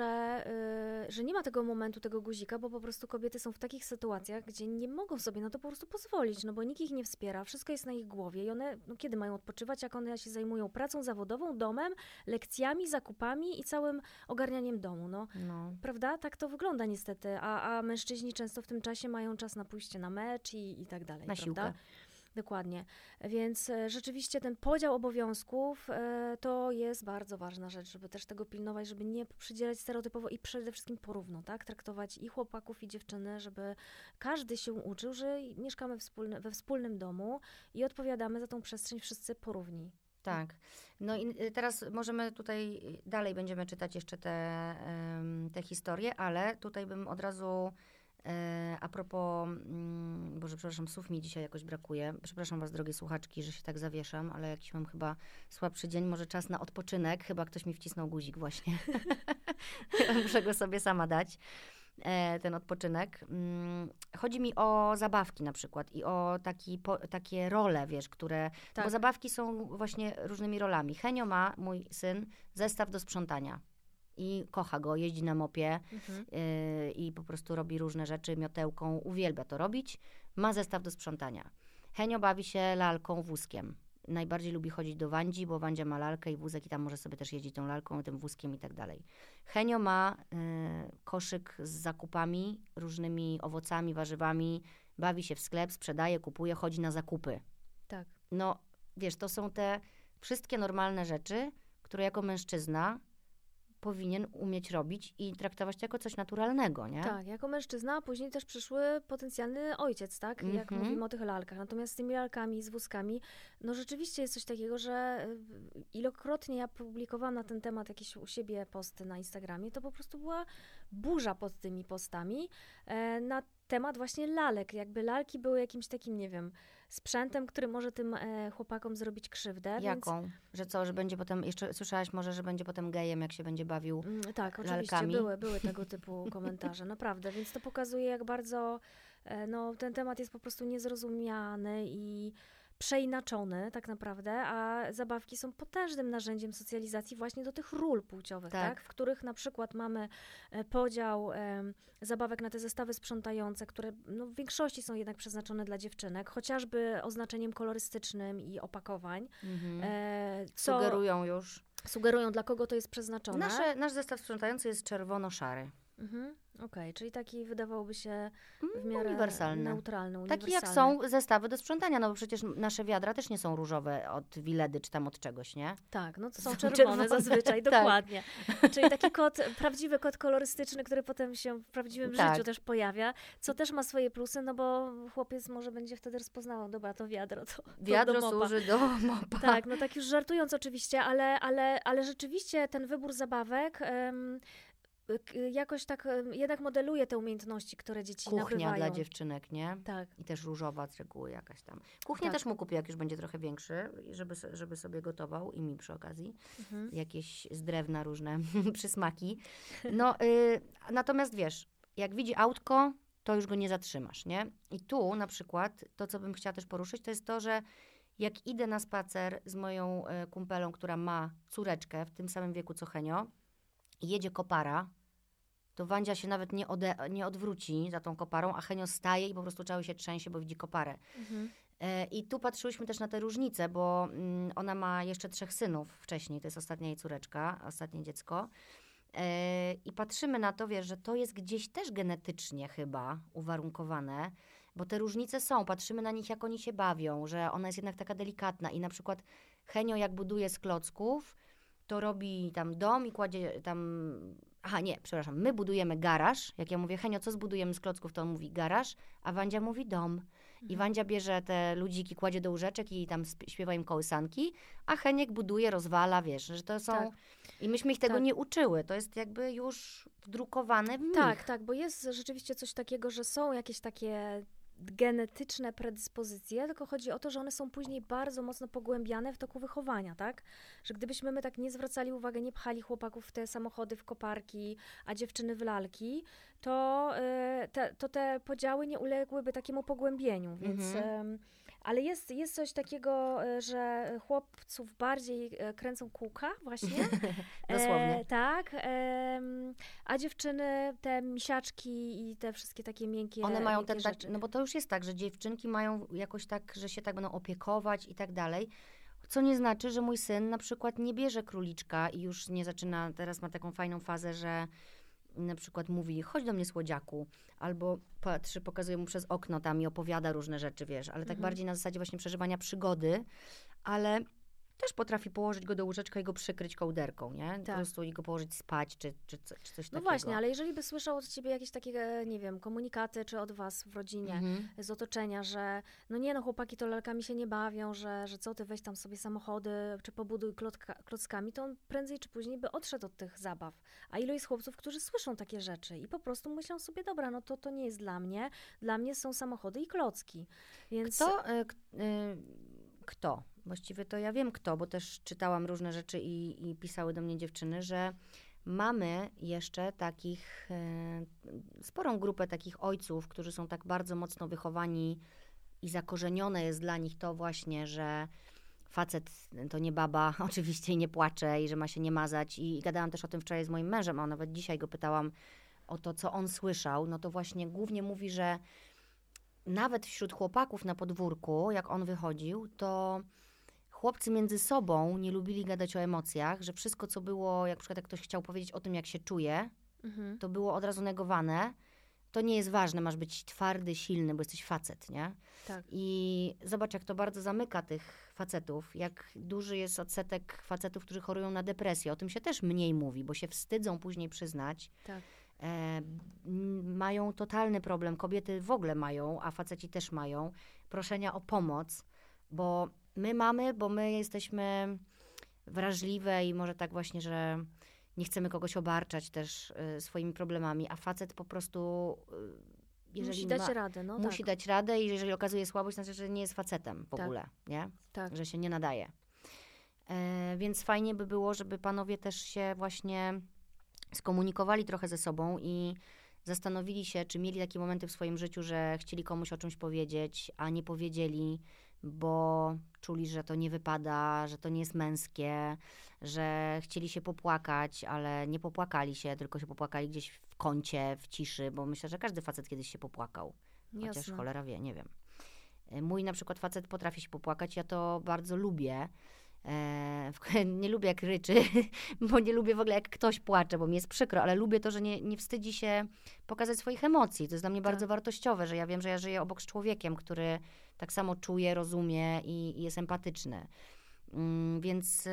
że nie ma tego momentu, tego guzika, bo po prostu kobiety są w takich sytuacjach, gdzie nie mogą sobie na to po prostu pozwolić, no bo nikt ich nie wspiera, wszystko jest na ich głowie i one, no kiedy mają odpoczywać, jak one się zajmują pracą zawodową, domem, lekcjami, zakupami i całym ogarnianiem domu, no. Prawda? Tak to wygląda niestety, a mężczyźni często w tym czasie mają czas na pójście na mecz i tak dalej, Na prawda? siłkę. Dokładnie. Więc rzeczywiście ten podział obowiązków to jest bardzo ważna rzecz, żeby też tego pilnować, żeby nie przydzielać stereotypowo i przede wszystkim porówno, tak? Traktować i chłopaków, i dziewczyny, żeby każdy się uczył, że mieszkamy we wspólnym domu i odpowiadamy za tą przestrzeń wszyscy porówni. Tak. No i teraz możemy tutaj, dalej będziemy czytać jeszcze te historie, ale tutaj bym od razu a propos, Boże, przepraszam, słów mi dzisiaj jakoś brakuje. Przepraszam was, drogie słuchaczki, że się tak zawieszam, ale jakiś mam chyba słabszy dzień, może czas na odpoczynek. Chyba ktoś mi wcisnął guzik właśnie. Muszę go sobie sama dać, ten odpoczynek. Chodzi mi o zabawki na przykład i o takie role, wiesz, które... Tak. Bo zabawki są właśnie różnymi rolami. Henio ma, mój syn, zestaw do sprzątania. I kocha go, jeździ na mopie i po prostu robi różne rzeczy miotełką, uwielbia to robić. Ma zestaw do sprzątania. Henio bawi się lalką, wózkiem. Najbardziej lubi chodzić do Wandzi, bo Wandzia ma lalkę i wózek i tam może sobie też jeździć tą lalką, tym wózkiem i tak dalej. Henio ma koszyk z zakupami, różnymi owocami, warzywami, bawi się w sklep, sprzedaje, kupuje, chodzi na zakupy. Tak. No, wiesz, to są te wszystkie normalne rzeczy, które jako mężczyzna powinien umieć robić i traktować to jako coś naturalnego, nie? Tak, jako mężczyzna, a później też przyszły potencjalny ojciec, tak? Jak mówimy o tych lalkach. Natomiast z tymi lalkami, z wózkami, no rzeczywiście jest coś takiego, że ilokrotnie ja publikowałam na ten temat jakieś u siebie posty na Instagramie, to po prostu była burza pod tymi postami na temat właśnie lalek. Jakby lalki były jakimś takim, nie wiem, sprzętem, który może tym chłopakom zrobić krzywdę. Jaką? Więc... Że co, że będzie potem, jeszcze słyszałaś może, że będzie potem gejem, jak się będzie bawił tak, oczywiście, lalkami? były tego typu komentarze, naprawdę. Więc to pokazuje, jak bardzo ten temat jest po prostu niezrozumiany i przeinaczony tak naprawdę, a zabawki są potężnym narzędziem socjalizacji właśnie do tych ról płciowych, tak? W których na przykład mamy podział zabawek na te zestawy sprzątające, które no, w większości są jednak przeznaczone dla dziewczynek, chociażby oznaczeniem kolorystycznym i opakowań. Sugerują, dla kogo to jest przeznaczone. Nasz zestaw sprzątający jest czerwono-szary. Okej, czyli taki wydawałoby się w miarę uniwersalny. Neutralny, Taki jak są zestawy do sprzątania, no bo przecież nasze wiadra też nie są różowe od Wiledy czy tam od czegoś, nie? Tak, no to są czerwone zazwyczaj, dokładnie. Czyli taki prawdziwy kod kolorystyczny, który potem się w prawdziwym życiu też pojawia, co też ma swoje plusy, no bo chłopiec może będzie wtedy rozpoznawał, dobra, to wiadro, wiadro do służy do mopa. Tak, no tak już żartując oczywiście, ale rzeczywiście ten wybór zabawek jakoś tak jednak modeluje te umiejętności, które dzieci nabywają. Kuchnia dla dziewczynek, nie? Tak. I też różowa z reguły jakaś tam. Kuchnię też mu kupię, jak już będzie trochę większy, żeby sobie gotował i mi przy okazji. Jakieś z drewna różne przysmaki. No, natomiast wiesz, jak widzi autko, to już go nie zatrzymasz, nie? I tu na przykład, to co bym chciała też poruszyć, to jest to, że jak idę na spacer z moją kumpelą, która ma córeczkę w tym samym wieku co Henio, jedzie kopara, to Wandzia się nawet nie odwróci za tą koparą, a Henio staje i po prostu cały się trzęsie, bo widzi koparę. I tu patrzyłyśmy też na te różnice, bo ona ma jeszcze 3 synów wcześniej, to jest ostatnia jej córeczka, ostatnie dziecko. I patrzymy na to, wiesz, że to jest gdzieś też genetycznie chyba uwarunkowane, bo te różnice są, patrzymy na nich, jak oni się bawią, że ona jest jednak taka delikatna i na przykład Henio jak buduje z klocków, to robi tam dom i kładzie tam... my budujemy garaż. Jak ja mówię, Henio, co zbudujemy z klocków, to on mówi garaż, a Wandzia mówi dom. I Wandzia bierze te ludziki, kładzie do łóżeczek i tam śpiewa im kołysanki, a Heniek buduje, rozwala, wiesz, że to są... Tak. I myśmy ich tego nie uczyły. To jest jakby już wdrukowane w nich. Tak, bo jest rzeczywiście coś takiego, że są jakieś takie genetyczne predyspozycje, tylko chodzi o to, że one są później bardzo mocno pogłębiane w toku wychowania, tak? Że gdybyśmy my tak nie zwracali uwagi, nie pchali chłopaków w te samochody, w koparki, a dziewczyny w lalki, to te podziały nie uległyby takiemu pogłębieniu, więc... Ale jest coś takiego, że chłopców bardziej kręcą kółka właśnie. Dosłownie. Tak. A dziewczyny, te misiaczki i te wszystkie takie miękkie One mają miękkie rzeczy. no bo to już jest tak, że dziewczynki mają jakoś tak, że się tak będą opiekować i tak dalej. Co nie znaczy, że mój syn na przykład nie bierze króliczka i już nie zaczyna, teraz ma taką fajną fazę, że na przykład mówi, chodź do mnie słodziaku, albo patrzy, pokazuje mu przez okno tam i opowiada różne rzeczy, wiesz, ale tak bardziej na zasadzie właśnie przeżywania przygody, ale też potrafi położyć go do łóżeczka i go przykryć kołderką, nie? Po Tak. prostu i go położyć spać, czy coś takiego. No właśnie, ale jeżeli by słyszał od ciebie jakieś takie, nie wiem, komunikaty, czy od was w rodzinie, z otoczenia, że no nie, no chłopaki to lalkami się nie bawią, że co ty, weź tam sobie samochody, czy pobuduj klockami, to on prędzej czy później by odszedł od tych zabaw. A ilu jest chłopców, którzy słyszą takie rzeczy i po prostu myślą sobie, dobra, no to nie jest dla mnie są samochody i klocki. Więc... Kto? Właściwie to ja wiem kto, bo też czytałam różne rzeczy i pisały do mnie dziewczyny, że mamy jeszcze takich, sporą grupę takich ojców, którzy są tak bardzo mocno wychowani i zakorzenione jest dla nich to właśnie, że facet to nie baba, oczywiście i nie płacze i że ma się nie mazać. I gadałam też o tym wczoraj z moim mężem, a nawet dzisiaj go pytałam o to, co on słyszał. No to właśnie głównie mówi, że nawet wśród chłopaków na podwórku, jak on wychodził, to chłopcy między sobą nie lubili gadać o emocjach, że wszystko, co było, jak na przykład jak ktoś chciał powiedzieć o tym, jak się czuje, to było od razu negowane. To nie jest ważne, masz być twardy, silny, bo jesteś facet, nie? Tak. I zobacz, jak to bardzo zamyka tych facetów, jak duży jest odsetek facetów, którzy chorują na depresję. O tym się też mniej mówi, bo się wstydzą później przyznać. Tak. Mają totalny problem, kobiety w ogóle mają, a faceci też mają, proszenia o pomoc, bo my jesteśmy wrażliwe i może tak właśnie, że nie chcemy kogoś obarczać też swoimi problemami, a facet po prostu musi dać radę, no musi tak. dać radę i jeżeli okazuje słabość, to znaczy, że nie jest facetem w ogóle, nie? Tak. Że się nie nadaje. Więc fajnie by było, żeby panowie też się właśnie skomunikowali trochę ze sobą i zastanowili się, czy mieli takie momenty w swoim życiu, że chcieli komuś o czymś powiedzieć, a nie powiedzieli, bo czuli, że to nie wypada, że to nie jest męskie, że chcieli się popłakać, ale nie popłakali się, tylko się popłakali gdzieś w kącie, w ciszy, bo myślę, że każdy facet kiedyś się popłakał. Chociaż Jasne. cholera wie, nie wiem. Mój na przykład facet potrafi się popłakać, ja to bardzo lubię. Nie lubię jak ryczy, bo nie lubię w ogóle jak ktoś płacze, bo mi jest przykro, ale lubię to, że nie wstydzi się pokazać swoich emocji. To jest dla mnie bardzo wartościowe, że ja wiem, że ja żyję obok z człowiekiem, który tak samo czuje, rozumie i jest empatyczny. Więc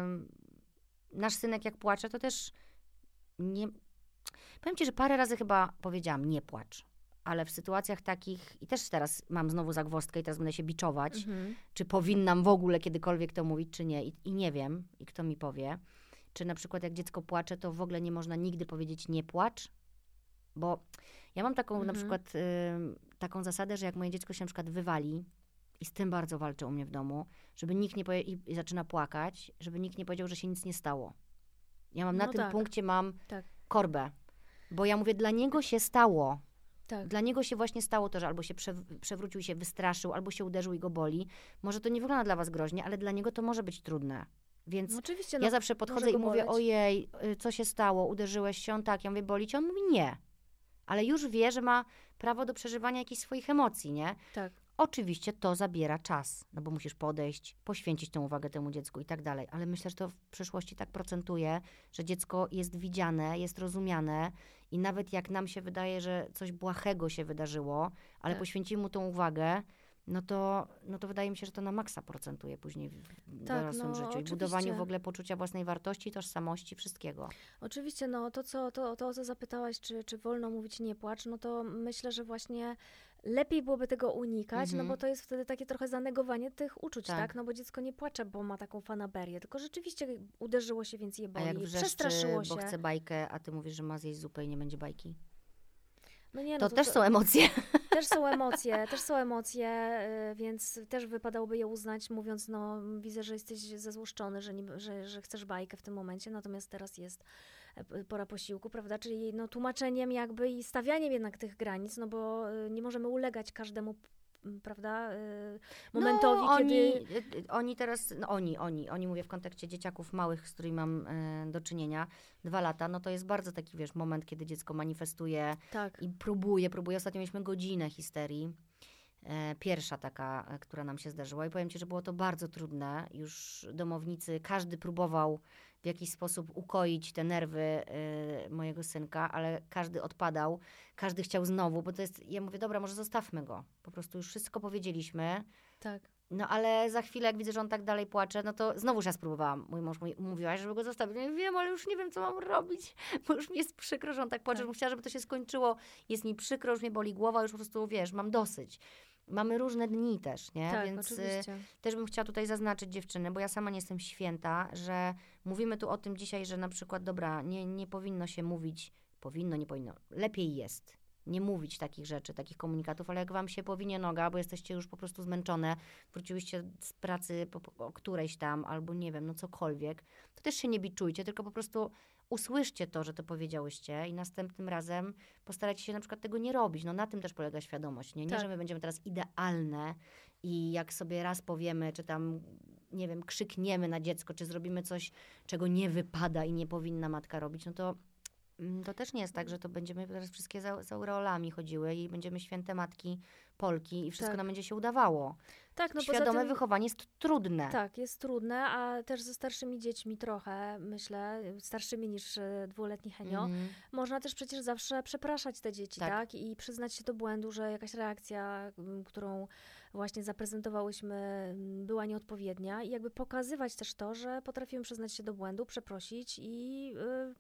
nasz synek jak płacze, to też nie... Powiem ci, że parę razy chyba powiedziałam, nie płacz. Ale w sytuacjach takich, i też teraz mam znowu zagwozdkę i teraz będę się biczować, czy powinnam w ogóle kiedykolwiek to mówić, czy nie. I nie wiem, i kto mi powie. Czy na przykład jak dziecko płacze, to w ogóle nie można nigdy powiedzieć nie płacz. Bo ja mam taką na przykład taką zasadę, że jak moje dziecko się na przykład wywali, i z tym bardzo walczę u mnie w domu, żeby nikt nie powiedział, i zaczyna płakać, żeby nikt nie powiedział, że się nic nie stało. Ja mam na tym punkcie korbę. Bo ja mówię, dla niego się stało. Tak. Dla niego się właśnie stało to, że albo się przewrócił i się wystraszył, albo się uderzył i go boli. Może to nie wygląda dla was groźnie, ale dla niego to może być trudne. Więc oczywiście, ja zawsze podchodzę i mówię, ojej, co się stało, uderzyłeś się? On tak, ja mówię, boli cię? On mówi, nie. Ale już wie, że ma prawo do przeżywania jakichś swoich emocji, nie? Tak. Oczywiście to zabiera czas, no bo musisz podejść, poświęcić tę uwagę temu dziecku i tak dalej. Ale myślę, że to w przyszłości tak procentuje, że dziecko jest widziane, jest rozumiane i nawet jak nam się wydaje, że coś błahego się wydarzyło, ale poświęcimy mu tą uwagę, no to wydaje mi się, że to na maksa procentuje później w dorosłym życiu. I budowaniu w ogóle poczucia własnej wartości, tożsamości, wszystkiego. Oczywiście, no to o co zapytałaś, czy wolno mówić nie płacz, no to myślę, że właśnie lepiej byłoby tego unikać, no bo to jest wtedy takie trochę zanegowanie tych uczuć, tak? No bo dziecko nie płacze, bo ma taką fanaberię, tylko rzeczywiście uderzyło się, więc je boli, a jak wrzeszczy, przestraszyło się. Bo chce bajkę, a ty mówisz, że ma zjeść zupę i nie będzie bajki? No nie, to też są emocje. Też są emocje, więc też wypadałoby je uznać, mówiąc, no widzę, że jesteś zezłoszczony, że chcesz bajkę w tym momencie, natomiast teraz jest pora posiłku, prawda, czyli no tłumaczeniem jakby i stawianiem jednak tych granic, no bo nie możemy ulegać każdemu prawda, momentowi, kiedy... Oni teraz, oni mówię w kontekście dzieciaków małych, z którymi mam do czynienia, 2 lata, no to jest bardzo taki, wiesz, moment, kiedy dziecko manifestuje Tak. i próbuje. Ostatnio mieliśmy godzinę histerii. Pierwsza taka, która nam się zdarzyła i powiem ci, że było to bardzo trudne. Już domownicy, każdy próbował w jakiś sposób ukoić te nerwy mojego synka, ale każdy odpadał, każdy chciał znowu, bo to jest, ja mówię, dobra, może zostawmy go. Po prostu już wszystko powiedzieliśmy. Tak. No ale za chwilę, jak widzę, że on tak dalej płacze, no to znowu ja spróbowałam. Mój mąż mówiłaś, żeby go zostawić. Ja wiem, ale już nie wiem, co mam robić, bo już mi jest przykro, że on tak płacze, że bym chciała, żeby to się skończyło. Jest mi przykro, już mnie boli głowa, już po prostu, wiesz, mam dosyć. Mamy różne dni też, nie? Tak, Więc oczywiście. też bym chciała tutaj zaznaczyć, dziewczyny, bo ja sama nie jestem święta, że mówimy tu o tym dzisiaj, że na przykład, dobra, nie powinno się mówić, nie powinno, lepiej jest nie mówić takich rzeczy, takich komunikatów, ale jak wam się powinie noga, bo jesteście już po prostu zmęczone, wróciłyście z pracy o którejś tam, albo nie wiem, no cokolwiek, to też się nie biczujcie, tylko po prostu usłyszcie to, że to powiedziałyście i następnym razem postarajcie się na przykład tego nie robić. No na tym też polega świadomość, nie? Nie, Tak. że my będziemy teraz idealne i jak sobie raz powiemy, czy tam, nie wiem, krzykniemy na dziecko, czy zrobimy coś, czego nie wypada i nie powinna matka robić, no to też nie jest tak, że to będziemy teraz wszystkie z aureolami chodziły i będziemy święte matki Polki i wszystko Tak. nam będzie się udawało. Tak, no Świadome poza tym, wychowanie jest trudne. tak, jest trudne, a też ze starszymi dziećmi trochę, myślę, starszymi niż 2-letni Henio, można też przecież zawsze przepraszać te dzieci, Tak. tak? I przyznać się do błędu, że jakaś reakcja, którą właśnie zaprezentowałyśmy, była nieodpowiednia i jakby pokazywać też to, że potrafimy przyznać się do błędu, przeprosić i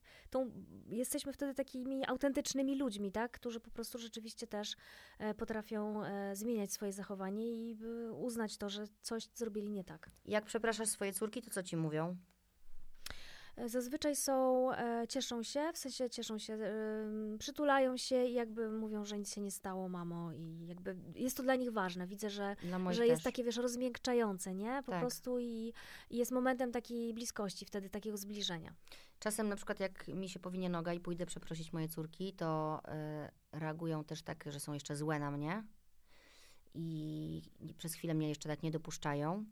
jesteśmy wtedy takimi autentycznymi ludźmi, tak? Którzy po prostu rzeczywiście też potrafią zmieniać swoje zachowanie i uznać to, że coś zrobili nie tak. Jak przepraszasz swoje córki, to co ci mówią? Zazwyczaj cieszą się, przytulają się i jakby mówią, że nic się nie stało, mamo, i jakby jest to dla nich ważne. Widzę, że jest takie, wiesz, rozmiękczające, nie? Po prostu i jest momentem takiej bliskości, wtedy takiego zbliżenia. Czasem na przykład jak mi się powinie noga i pójdę przeprosić moje córki, to reagują też tak, że są jeszcze złe na mnie i przez chwilę mnie jeszcze tak nie dopuszczają.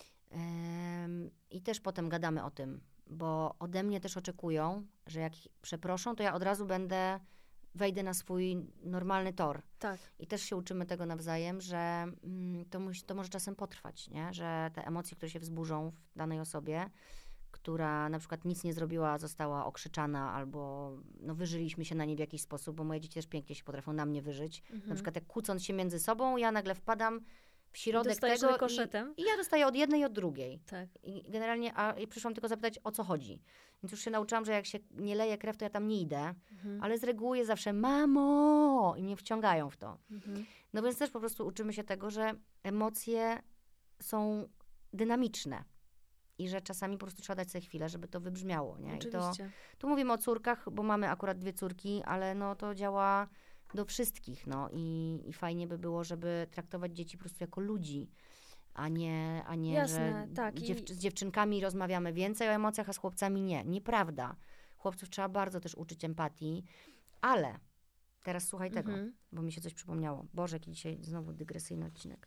I też potem gadamy o tym, bo ode mnie też oczekują, że jak przeproszą, to ja od razu wejdę na swój normalny tor. Tak. I też się uczymy tego nawzajem, że to może czasem potrwać, nie? Że te emocje, które się wzburzą w danej osobie, która na przykład nic nie zrobiła, została okrzyczana albo wyżyliśmy się na niej w jakiś sposób, bo moje dzieci też pięknie się potrafią na mnie wyżyć. Na przykład jak kłócąc się między sobą, ja nagle wpadam w środek tego i ja dostaję od jednej i od drugiej. Tak. I generalnie i przyszłam tylko zapytać, o co chodzi. Więc już się nauczyłam, że jak się nie leje krew, to ja tam nie idę, ale z reguły jest zawsze mamo i mnie wciągają w to. No więc też po prostu uczymy się tego, że emocje są dynamiczne i że czasami po prostu trzeba dać sobie chwilę, żeby to wybrzmiało. Nie? Oczywiście. I tu mówimy o córkach, bo mamy akurat 2 córki, ale to działa do wszystkich. I fajnie by było, żeby traktować dzieci po prostu jako ludzi, a nie Jasne, że tak. z dziewczynkami rozmawiamy więcej o emocjach, a z chłopcami nie. Nieprawda. Chłopców trzeba bardzo też uczyć empatii, ale teraz słuchaj tego, bo mi się coś przypomniało. Boże, jaki dzisiaj znowu dygresyjny odcinek.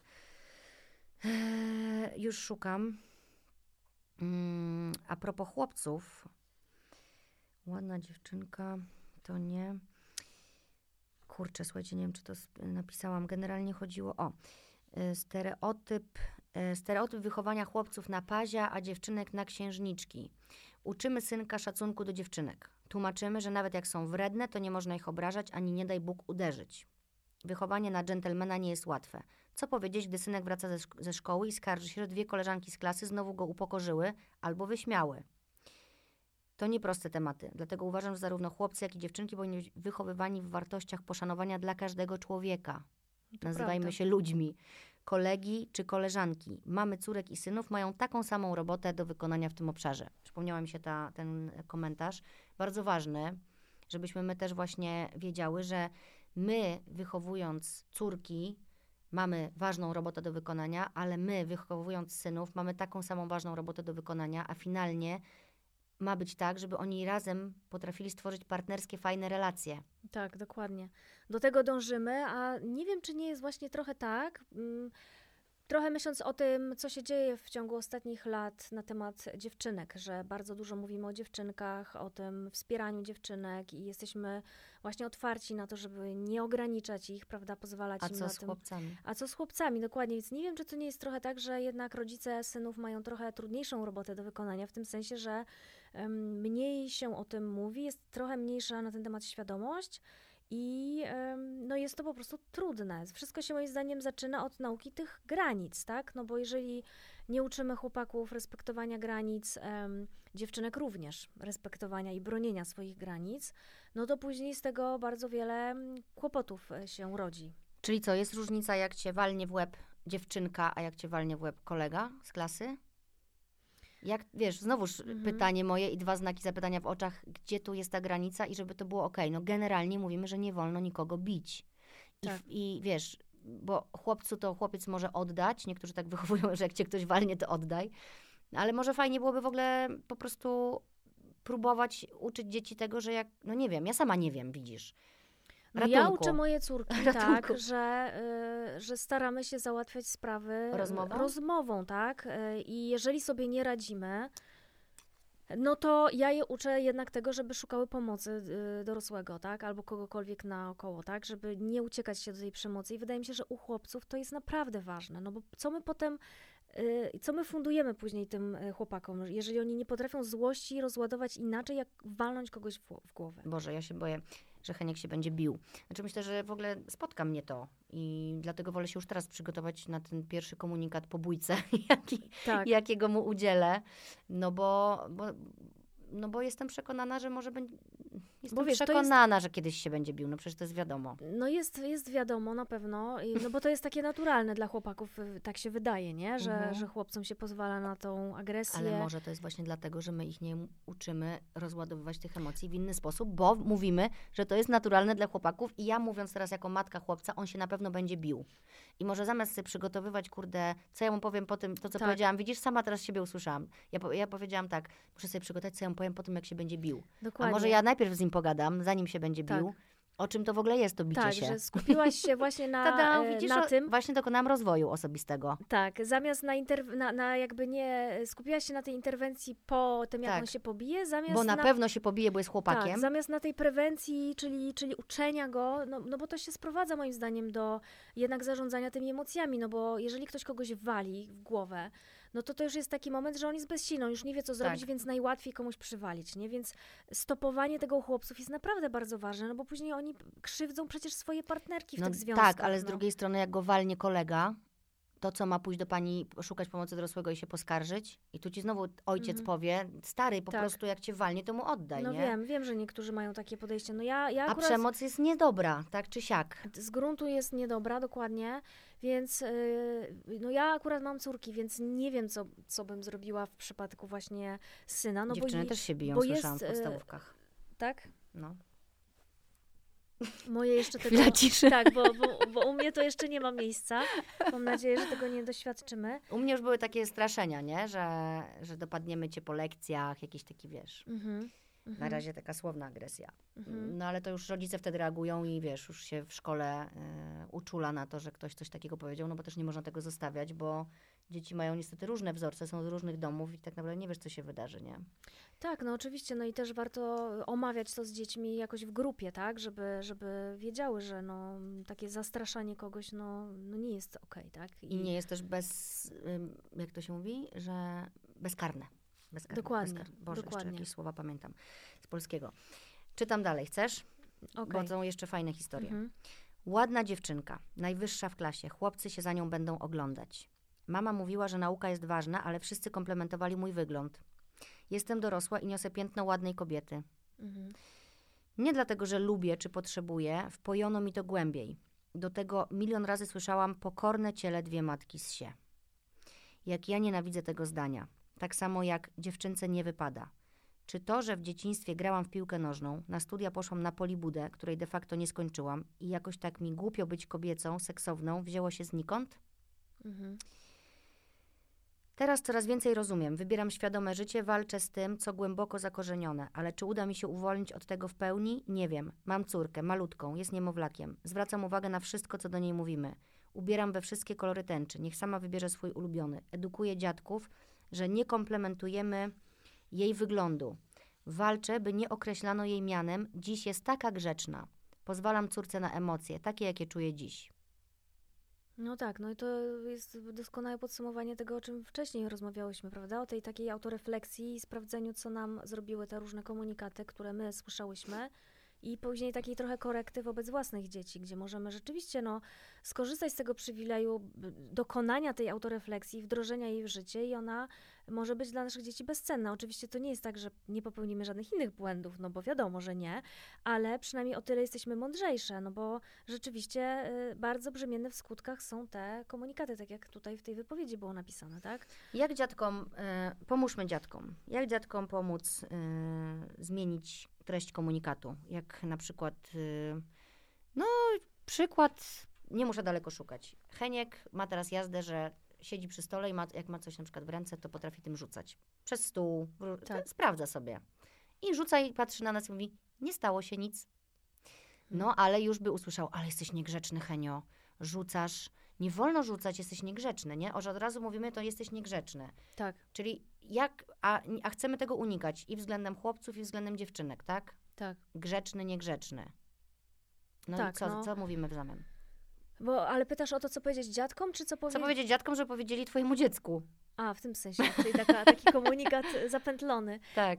Już szukam. A propos chłopców, ładna dziewczynka, to nie. Kurczę, słuchajcie, nie wiem, czy to napisałam. Generalnie chodziło o stereotyp wychowania chłopców na pazia, a dziewczynek na księżniczki. Uczymy synka szacunku do dziewczynek. Tłumaczymy, że nawet jak są wredne, to nie można ich obrażać, ani nie daj Bóg uderzyć. Wychowanie na dżentelmena nie jest łatwe. Co powiedzieć, gdy synek wraca ze szkoły i skarży się, że 2 koleżanki z klasy znowu go upokorzyły albo wyśmiały? To nieproste tematy, dlatego uważam, że zarówno chłopcy, jak i dziewczynki powinni być wychowywani w wartościach poszanowania dla każdego człowieka. Nazywajmy się ludźmi. Kolegi czy koleżanki, mamy córek i synów mają taką samą robotę do wykonania w tym obszarze. Przypomniała mi się ten komentarz. Bardzo ważny, żebyśmy my też właśnie wiedziały, że my wychowując córki mamy ważną robotę do wykonania, ale my wychowując synów mamy taką samą ważną robotę do wykonania, a finalnie ma być tak, żeby oni razem potrafili stworzyć partnerskie, fajne relacje. Tak, dokładnie. Do tego dążymy, a nie wiem, czy nie jest właśnie trochę tak, trochę myśląc o tym, co się dzieje w ciągu ostatnich lat na temat dziewczynek, że bardzo dużo mówimy o dziewczynkach, o tym wspieraniu dziewczynek i jesteśmy właśnie otwarci na to, żeby nie ograniczać ich, prawda, pozwalać A im co na z tym. chłopcami? A co z chłopcami, dokładnie. Więc nie wiem, czy to nie jest trochę tak, że jednak rodzice synów mają trochę trudniejszą robotę do wykonania, w tym sensie, że mniej się o tym mówi, jest trochę mniejsza na ten temat świadomość i no jest to po prostu trudne. Wszystko się moim zdaniem zaczyna od nauki tych granic, tak? No bo jeżeli nie uczymy chłopaków respektowania granic, dziewczynek również respektowania i bronienia swoich granic, no to później z tego bardzo wiele kłopotów się rodzi. Czyli co, jest różnica, jak cię walnie w łeb dziewczynka, a jak cię walnie w łeb kolega z klasy? Jak, wiesz, znowuż pytanie moje i 2 znaki zapytania w oczach, gdzie tu jest ta granica i żeby to było okej. No generalnie mówimy, że nie wolno nikogo bić. Tak. I wiesz, bo chłopcu to chłopiec może oddać, niektórzy tak wychowują, że jak cię ktoś walnie, to oddaj. Ale może fajnie byłoby w ogóle po prostu próbować uczyć dzieci tego, że jak, no nie wiem, ja sama nie wiem, widzisz. No ja uczę moje córki tak, że staramy się załatwiać sprawy rozmową, tak? I jeżeli sobie nie radzimy, no to ja je uczę jednak tego, żeby szukały pomocy dorosłego, tak? Albo kogokolwiek naokoło, tak? Żeby nie uciekać się do tej przemocy. I wydaje mi się, że u chłopców to jest naprawdę ważne, no bo co my fundujemy później tym chłopakom, jeżeli oni nie potrafią złości rozładować inaczej, jak walnąć kogoś w głowę. Boże, ja się boję, że Heniek się będzie bił. Znaczy myślę, że w ogóle spotka mnie to i dlatego wolę się już teraz przygotować na ten pierwszy komunikat po bójce, jakiego mu udzielę, no bo jestem przekonana, że może będzie... Jestem przekonana, że kiedyś się będzie bił, no przecież to jest wiadomo. No jest wiadomo na pewno, no bo to jest takie naturalne dla chłopaków, tak się wydaje, nie? Że chłopcom się pozwala na tą agresję. Ale może to jest właśnie dlatego, że my ich nie uczymy rozładowywać tych emocji w inny sposób, bo mówimy, że to jest naturalne dla chłopaków i ja mówiąc teraz jako matka chłopca, on się na pewno będzie bił. I może zamiast sobie przygotowywać, co ja mu powiem po tym, to co powiedziałam, widzisz, sama teraz siebie usłyszałam. Ja powiedziałam tak, muszę sobie przygotować, co ja mu powiem po tym, jak się będzie bił. Dokładnie. A może ja najpierw z nim pogadam, zanim się będzie bił. O czym to w ogóle jest to bicie się? Tak, że skupiłaś się właśnie na tym. Właśnie dokonałam rozwoju osobistego. Tak, zamiast skupiłaś się na tej interwencji po tym, jak on się pobije, bo na pewno się pobije, bo jest chłopakiem. Tak, zamiast na tej prewencji, czyli uczenia go, no bo to się sprowadza moim zdaniem do jednak zarządzania tymi emocjami, no bo jeżeli ktoś kogoś wali w głowę, no to już jest taki moment, że on jest bezsilny, on już nie wie, co zrobić, więc najłatwiej komuś przywalić, nie? Więc stopowanie tego u chłopców jest naprawdę bardzo ważne, no bo później oni krzywdzą przecież swoje partnerki w tych związkach. Tak, ale z drugiej strony, jak go walnie kolega, to co ma pójść do pani, szukać pomocy dorosłego i się poskarżyć? I tu ci znowu ojciec powie, stary, po prostu jak cię walnie, to mu oddaj, no nie? wiem, że niektórzy mają takie podejście. No ja akurat... A przemoc jest niedobra, tak czy siak? Z gruntu jest niedobra, dokładnie, więc no ja akurat mam córki, więc nie wiem, co bym zrobiła w przypadku właśnie syna. No dziewczyny też się biją, słyszałam w podstawówkach. Tak? No. Moje jeszcze tego... Chwila ciszy. Tak, bo u mnie to jeszcze nie ma miejsca. Mam nadzieję, że tego nie doświadczymy. U mnie już były takie straszenia, nie? Że dopadniemy cię po lekcjach, jakieś takie, wiesz... Na razie taka słowna agresja. No ale to już rodzice wtedy reagują i wiesz, już się w szkole uczula na to, że ktoś coś takiego powiedział, no bo też nie można tego zostawiać, bo dzieci mają niestety różne wzorce, są z różnych domów i tak naprawdę nie wiesz, co się wydarzy, nie? Tak, no oczywiście, no i też warto omawiać to z dziećmi jakoś w grupie, tak, żeby wiedziały, że no takie zastraszanie kogoś, no nie jest okej, tak? I nie jest też jak to się mówi, że bezkarne. Dokładnie. Boże, dokładnie. Jeszcze jakieś słowa pamiętam z polskiego. Czytam dalej, chcesz? Bo są jeszcze fajne historie. Ładna dziewczynka, najwyższa w klasie, chłopcy się za nią będą oglądać. Mama mówiła, że nauka jest ważna, ale wszyscy komplementowali mój wygląd. Jestem dorosła i niosę piętno ładnej kobiety. Nie dlatego, że lubię czy potrzebuję, wpojono mi to głębiej. Do tego 1 000 000 razy słyszałam pokorne ciele 2 matki zsie. Jak ja nienawidzę tego zdania. Tak samo jak dziewczynce nie wypada. Czy to, że w dzieciństwie grałam w piłkę nożną, na studia poszłam na polibudę, której de facto nie skończyłam i jakoś tak mi głupio być kobiecą, seksowną, wzięło się znikąd? Teraz coraz więcej rozumiem. Wybieram świadome życie, walczę z tym, co głęboko zakorzenione. Ale czy uda mi się uwolnić od tego w pełni? Nie wiem. Mam córkę, malutką, jest niemowlakiem. Zwracam uwagę na wszystko, co do niej mówimy. Ubieram we wszystkie kolory tęczy. Niech sama wybierze swój ulubiony. Edukuję dziadków, że nie komplementujemy jej wyglądu. Walczę, by nie określano jej mianem. Dziś jest taka grzeczna. Pozwalam córce na emocje, takie jakie czuje dziś. No tak, no i to jest doskonałe podsumowanie tego, o czym wcześniej rozmawiałyśmy, prawda? O tej takiej autorefleksji i sprawdzeniu, co nam zrobiły te różne komunikaty, które my słyszałyśmy i później takiej trochę korekty wobec własnych dzieci, gdzie możemy rzeczywiście skorzystać z tego przywileju dokonania tej autorefleksji, wdrożenia jej w życie i ona może być dla naszych dzieci bezcenna. Oczywiście to nie jest tak, że nie popełnimy żadnych innych błędów, no bo wiadomo, że nie, ale przynajmniej o tyle jesteśmy mądrzejsze, no bo rzeczywiście bardzo brzemienne w skutkach są te komunikaty, tak jak tutaj w tej wypowiedzi było napisane, tak? Jak dziadkom, pomóżmy dziadkom, jak dziadkom pomóc zmienić treść komunikatu? Jak na przykład, przykład, nie muszę daleko szukać. Heniek ma teraz jazdę, że siedzi przy stole i jak ma coś na przykład w ręce, to potrafi tym rzucać. Przez stół, Tak. sprawdza sobie. I rzuca i patrzy na nas i mówi, nie stało się nic. No, ale już by usłyszał, ale jesteś niegrzeczny, Henio, rzucasz, nie wolno rzucać, jesteś niegrzeczny, nie? Od razu mówimy, to jesteś niegrzeczny. Tak. Czyli a chcemy tego unikać i względem chłopców, i względem dziewczynek, tak? Tak. Grzeczny, niegrzeczny. No Tak, i co mówimy w zamian? Ale pytasz o to, co powiedzieć dziadkom, czy co powiedzieć? Co powiedzieć dziadkom, że powiedzieli twojemu dziecku? A, w tym sensie, czyli taki komunikat zapętlony. Tak.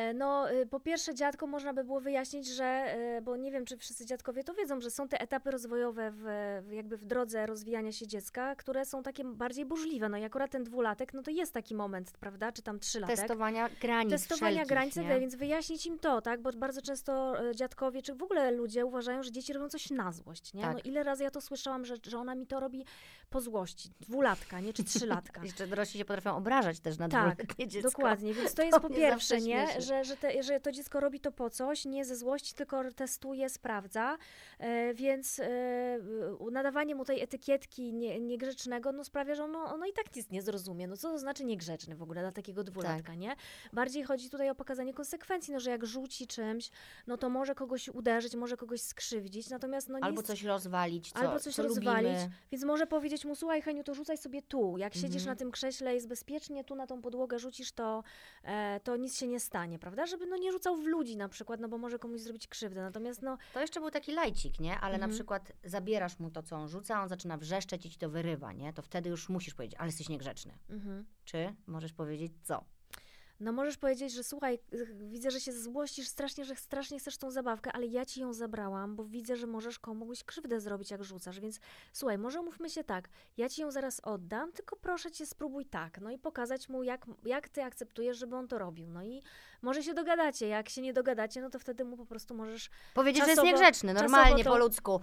Po pierwsze dziadkom można by było wyjaśnić, że, bo nie wiem, czy wszyscy dziadkowie to wiedzą, że są te etapy rozwojowe jakby w drodze rozwijania się dziecka, które są takie bardziej burzliwe. No i akurat ten 2-latek, no to jest taki moment, prawda, czy tam 3-latek. Testowania granic granic, nie? Więc wyjaśnić im to, tak, bo bardzo często dziadkowie, czy w ogóle ludzie uważają, że dzieci robią coś na złość, nie? Tak. No ile razy ja to słyszałam, że ona mi to robi po złości. 2-latka, nie? Czy 3-latka. Jeszcze dorośli się potrafią obrażać też na Tak, dwuletnie dziecko. dokładnie, więc to jest po pierwsze, nie? Że to dziecko robi to po coś, nie ze złości, tylko testuje, sprawdza, więc nadawanie mu tej etykietki niegrzecznego, sprawia, że ono i tak nic nie zrozumie. No co to znaczy niegrzeczny w ogóle dla takiego 2-latka, tak. nie? Bardziej chodzi tutaj o pokazanie konsekwencji, że jak rzuci czymś, no to może kogoś uderzyć, może kogoś skrzywdzić, natomiast albo coś rozwalić, co rozwalić, więc może powiedzieć mu, słuchaj Heniu, to rzucaj sobie tu, jak siedzisz na tym krześle, jest bezpiecznie, tu na tą podłogę rzucisz, to nic się nie stanie, prawda? Żeby nie rzucał w ludzi na przykład, bo może komuś zrobić krzywdę, natomiast To jeszcze był taki lajcik, nie? Ale na przykład zabierasz mu to, co on rzuca, on zaczyna wrzeszczeć i ci to wyrywa, nie? To wtedy już musisz powiedzieć, ale jesteś niegrzeczny. Czy możesz powiedzieć co? No możesz powiedzieć, że słuchaj, widzę, że się złościsz strasznie, że strasznie chcesz tą zabawkę, ale ja ci ją zabrałam, bo widzę, że możesz komuś krzywdę zrobić, jak rzucasz, więc słuchaj, może umówmy się tak, ja ci ją zaraz oddam, tylko proszę cię, spróbuj tak, no i pokazać mu, jak ty akceptujesz, żeby on to robił, no i może się dogadacie, jak się nie dogadacie, no to wtedy mu po prostu możesz powiedzieć, że jest niegrzeczny, normalnie, po ludzku.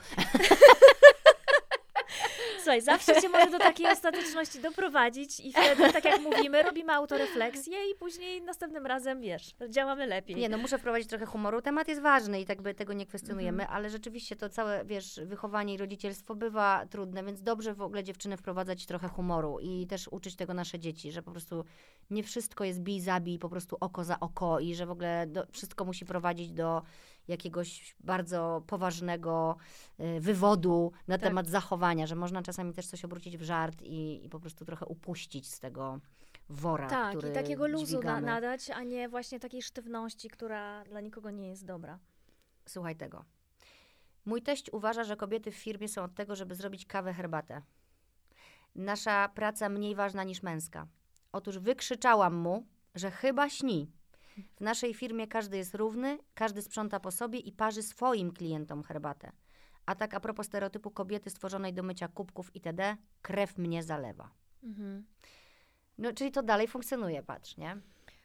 Słuchaj, zawsze cię może do takiej ostateczności doprowadzić i wtedy, tak jak mówimy, robimy autorefleksję i później następnym razem, działamy lepiej. Nie, muszę wprowadzić trochę humoru. Temat jest ważny i tak by tego nie kwestionujemy, ale rzeczywiście to całe, wychowanie i rodzicielstwo bywa trudne, więc dobrze w ogóle dziewczyny wprowadzać trochę humoru i też uczyć tego nasze dzieci, że po prostu nie wszystko jest bij, zabij, po prostu oko za oko i że w ogóle wszystko musi prowadzić do jakiegoś bardzo poważnego wywodu na temat zachowania, że można czasami też coś obrócić w żart i po prostu trochę upuścić z tego wora, który i takiego luzu nadać, a nie właśnie takiej sztywności, która dla nikogo nie jest dobra. Słuchaj tego. Mój teść uważa, że kobiety w firmie są od tego, żeby zrobić kawę, herbatę. Nasza praca mniej ważna niż męska. Otóż wykrzyczałam mu, że chyba śni. W naszej firmie każdy jest równy, każdy sprząta po sobie i parzy swoim klientom herbatę. A tak a propos stereotypu kobiety stworzonej do mycia kubków itd., krew mnie zalewa. Czyli to dalej funkcjonuje, patrz, nie?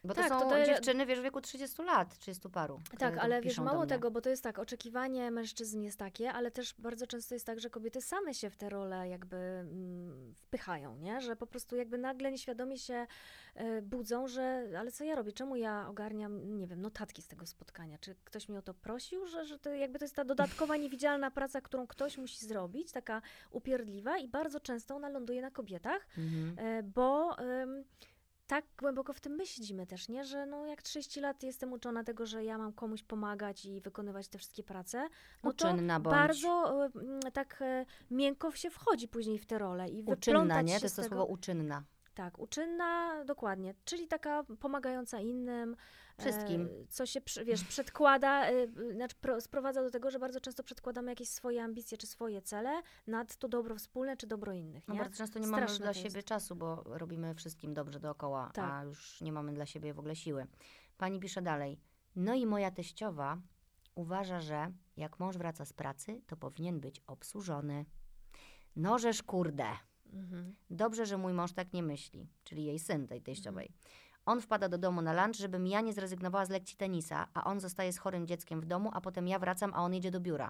Bo Tak, to są to dziewczyny, wiesz, w wieku 30 lat, 30 paru. Tak, ale wiesz, piszą do mało mnie. tego, bo to jest tak, oczekiwanie mężczyzn jest takie, ale też bardzo często jest tak, że kobiety same się w te role jakby wpychają, nie? Że po prostu jakby nagle nieświadomie się budzą, że ale co ja robię? Czemu ja ogarniam, nie wiem, notatki z tego spotkania? Czy ktoś mnie o to prosił? Że to jakby to jest ta dodatkowa, niewidzialna praca, którą ktoś musi zrobić, taka upierdliwa i bardzo często ona ląduje na kobietach, bo tak głęboko w tym my siedzimy też, nie? Że no jak 30 lat jestem uczona tego, że ja mam komuś pomagać i wykonywać te wszystkie prace, no Uczynna to bądź. bardzo tak miękko się wchodzi później w te role i Uczynna, wyplątać nie? się To jest z to tego. słowo uczynna. Tak, uczynna, dokładnie, czyli taka pomagająca innym. Wszystkim. Co się, wiesz, przedkłada, znaczy sprowadza do tego, że bardzo często przedkładamy jakieś swoje ambicje czy swoje cele nad to dobro wspólne czy dobro innych, No nie? bardzo często nie mamy Straszne dla to siebie jest. czasu, bo robimy wszystkim dobrze dookoła, Tak. a już nie mamy dla siebie w ogóle siły. Pani pisze dalej. No i moja teściowa uważa, że jak mąż wraca z pracy, to powinien być obsłużony. No żeż kurde. Dobrze, że mój mąż tak nie myśli, czyli jej syn, tej teściowej. On wpada do domu na lunch, żebym ja nie zrezygnowała z lekcji tenisa, a on zostaje z chorym dzieckiem w domu, a potem ja wracam, a on jedzie do biura.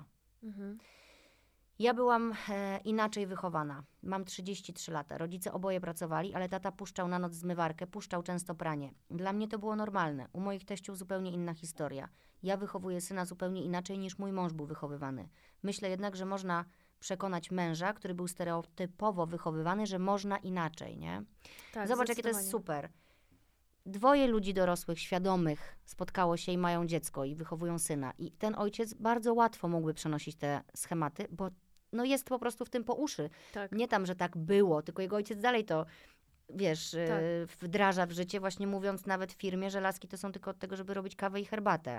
Ja byłam inaczej wychowana. Mam 33 lata. Rodzice oboje pracowali, ale tata puszczał na noc zmywarkę, puszczał często pranie. Dla mnie to było normalne. U moich teściów zupełnie inna historia. Ja wychowuję syna zupełnie inaczej niż mój mąż był wychowywany. Myślę jednak, że można przekonać męża, który był stereotypowo wychowywany, że można inaczej, nie? Tak, Zobacz, jakie to jest super. Dwoje ludzi dorosłych, świadomych spotkało się i mają dziecko i wychowują syna. I ten ojciec bardzo łatwo mógłby przenosić te schematy, bo no jest po prostu w tym po uszy. Tak. Nie tam, że tak było, tylko jego ojciec dalej to, wiesz, Tak. wdraża w życie, właśnie mówiąc nawet w firmie, że laski to są tylko od tego, żeby robić kawę i herbatę.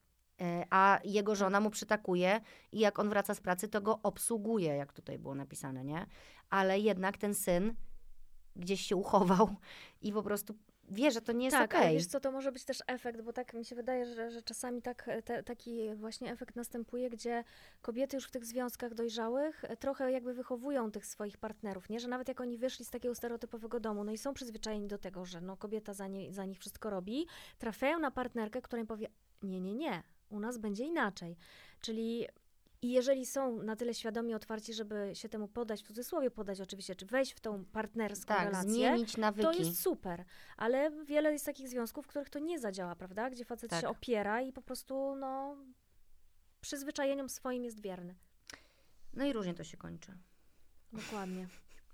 A jego żona mu przytakuje i jak on wraca z pracy, to go obsługuje, jak tutaj było napisane, nie? Ale jednak ten syn gdzieś się uchował i po prostu wie, że to nie jest tak, okej. ale wiesz co, to może być też efekt, bo tak mi się wydaje, że czasami taki właśnie efekt następuje, gdzie kobiety już w tych związkach dojrzałych trochę jakby wychowują tych swoich partnerów, nie? Że nawet jak oni wyszli z takiego stereotypowego domu, no i są przyzwyczajeni do tego, że no kobieta za nich wszystko robi, trafiają na partnerkę, która im powie, nie, u nas będzie inaczej. Czyli i jeżeli są na tyle świadomi, otwarci, żeby się temu podać, w cudzysłowie podać oczywiście, czy wejść w tą partnerską relację, zmienić nawyki. to jest super. Ale wiele jest takich związków, w których to nie zadziała, prawda? Gdzie facet się opiera i po prostu, no, przyzwyczajeniom swoim jest wierny. No i różnie to się kończy. Dokładnie.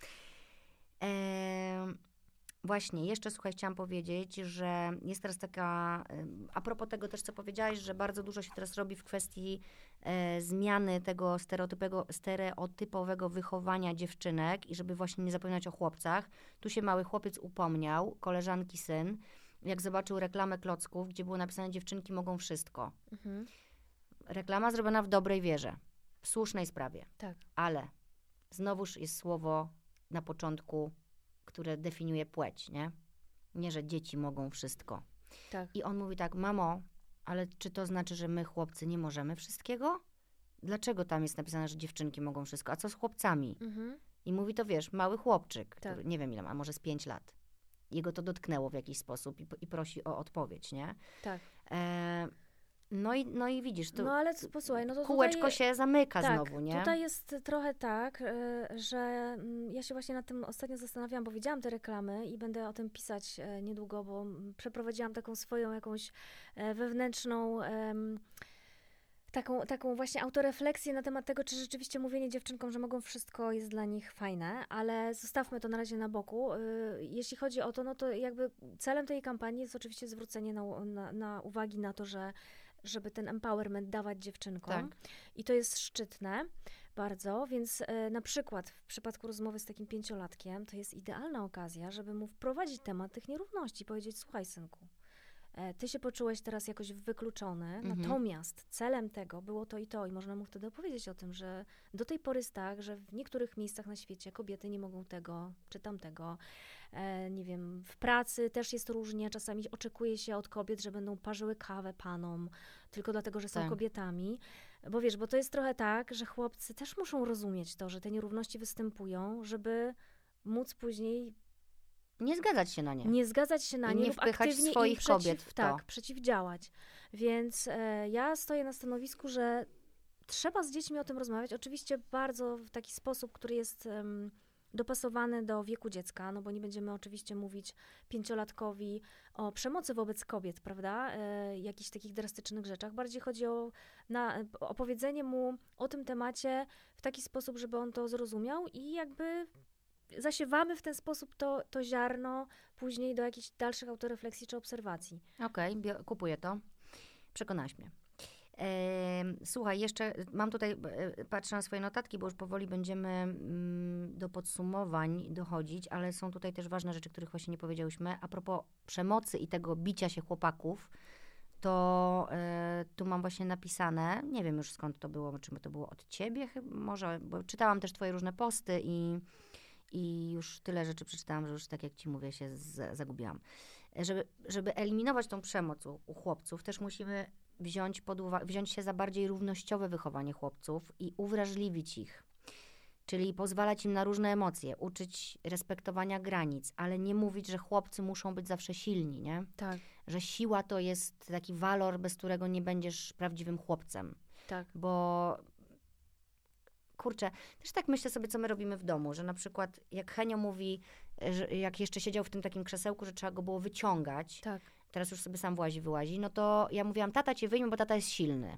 Właśnie, jeszcze słuchaj, chciałam powiedzieć, że jest teraz taka, a propos tego też, co powiedziałaś, że bardzo dużo się teraz robi w kwestii zmiany tego stereotypowego wychowania dziewczynek i żeby właśnie nie zapominać o chłopcach. Tu się mały chłopiec upomniał, koleżanki syn, jak zobaczył reklamę klocków, gdzie było napisane dziewczynki mogą wszystko. Reklama zrobiona w dobrej wierze, w słusznej sprawie. Tak. Ale znowuż jest słowo na początku, które definiuje płeć, nie? Nie, że dzieci mogą wszystko. Tak. I on mówi tak, mamo, ale czy to znaczy, że my chłopcy nie możemy wszystkiego? Dlaczego tam jest napisane, że dziewczynki mogą wszystko? A co z chłopcami? I mówi to, wiesz, mały chłopczyk, Tak. który nie wiem ile ma, może z 5 lat. Jego to dotknęło w jakiś sposób i prosi o odpowiedź, nie? Tak. No i widzisz, to no ale posłuchaj, no to kółeczko tutaj, się zamyka tak, znowu, nie? Tutaj jest trochę tak, że ja się właśnie nad tym ostatnio zastanawiałam, bo widziałam te reklamy i będę o tym pisać niedługo, bo przeprowadziłam taką swoją jakąś wewnętrzną taką właśnie autorefleksję na temat tego, czy rzeczywiście mówienie dziewczynkom, że mogą wszystko, jest dla nich fajne, ale zostawmy to na razie na boku. Jeśli chodzi o to, no to jakby celem tej kampanii jest oczywiście zwrócenie na uwagi na to, żeby ten empowerment dawać dziewczynkom. Tak. I to jest szczytne bardzo, więc na przykład w przypadku rozmowy z takim 5-latkiem to jest idealna okazja, żeby mu wprowadzić temat tych nierówności, powiedzieć, słuchaj synku, ty się poczułeś teraz jakoś wykluczony, natomiast celem tego było to i można mu wtedy opowiedzieć o tym, że do tej pory jest tak, że w niektórych miejscach na świecie kobiety nie mogą tego czy tamtego. Nie wiem, w pracy też jest różnie, czasami oczekuje się od kobiet, że będą parzyły kawę panom, tylko dlatego, że są kobietami. Bo wiesz, bo to jest trochę tak, że chłopcy też muszą rozumieć to, że te nierówności występują, żeby móc później Nie zgadzać się na nie. Nie zgadzać się na I nie nie lub wpychać aktywnie swoich kobiet w to. Tak, przeciwdziałać. Więc ja stoję na stanowisku, że trzeba z dziećmi o tym rozmawiać. Oczywiście bardzo w taki sposób, który jest dopasowany do wieku dziecka, no bo nie będziemy oczywiście mówić 5-latkowi o przemocy wobec kobiet, prawda? Jakichś takich drastycznych rzeczach. Bardziej chodzi o opowiedzenie mu o tym temacie w taki sposób, żeby on to zrozumiał i jakby zasiewamy w ten sposób to ziarno później do jakichś dalszych autorefleksji czy obserwacji. Okej, kupuję to. Przekonałaś mnie. Słuchaj, jeszcze mam tutaj, patrzę na swoje notatki, bo już powoli będziemy do podsumowań dochodzić, ale są tutaj też ważne rzeczy, których właśnie nie powiedziałyśmy. A propos przemocy i tego bicia się chłopaków, to tu mam właśnie napisane, nie wiem już skąd to było, czy to było od ciebie chyba, może, bo czytałam też twoje różne posty i już tyle rzeczy przeczytałam, że już tak jak ci mówię, się zagubiłam. Żeby eliminować tą przemoc u chłopców, też musimy wziąć się za bardziej równościowe wychowanie chłopców i uwrażliwić ich. Czyli pozwalać im na różne emocje, uczyć respektowania granic, ale nie mówić, że chłopcy muszą być zawsze silni, nie? Tak. Że siła to jest taki walor, bez którego nie będziesz prawdziwym chłopcem. Tak. Bo kurczę, też tak myślę sobie, co my robimy w domu, że na przykład jak Henio mówi, że jak jeszcze siedział w tym takim krzesełku, że trzeba go było wyciągać, Tak. teraz już sobie sam wyłazi, no to ja mówiłam, tata cię wyjmie, bo tata jest silny.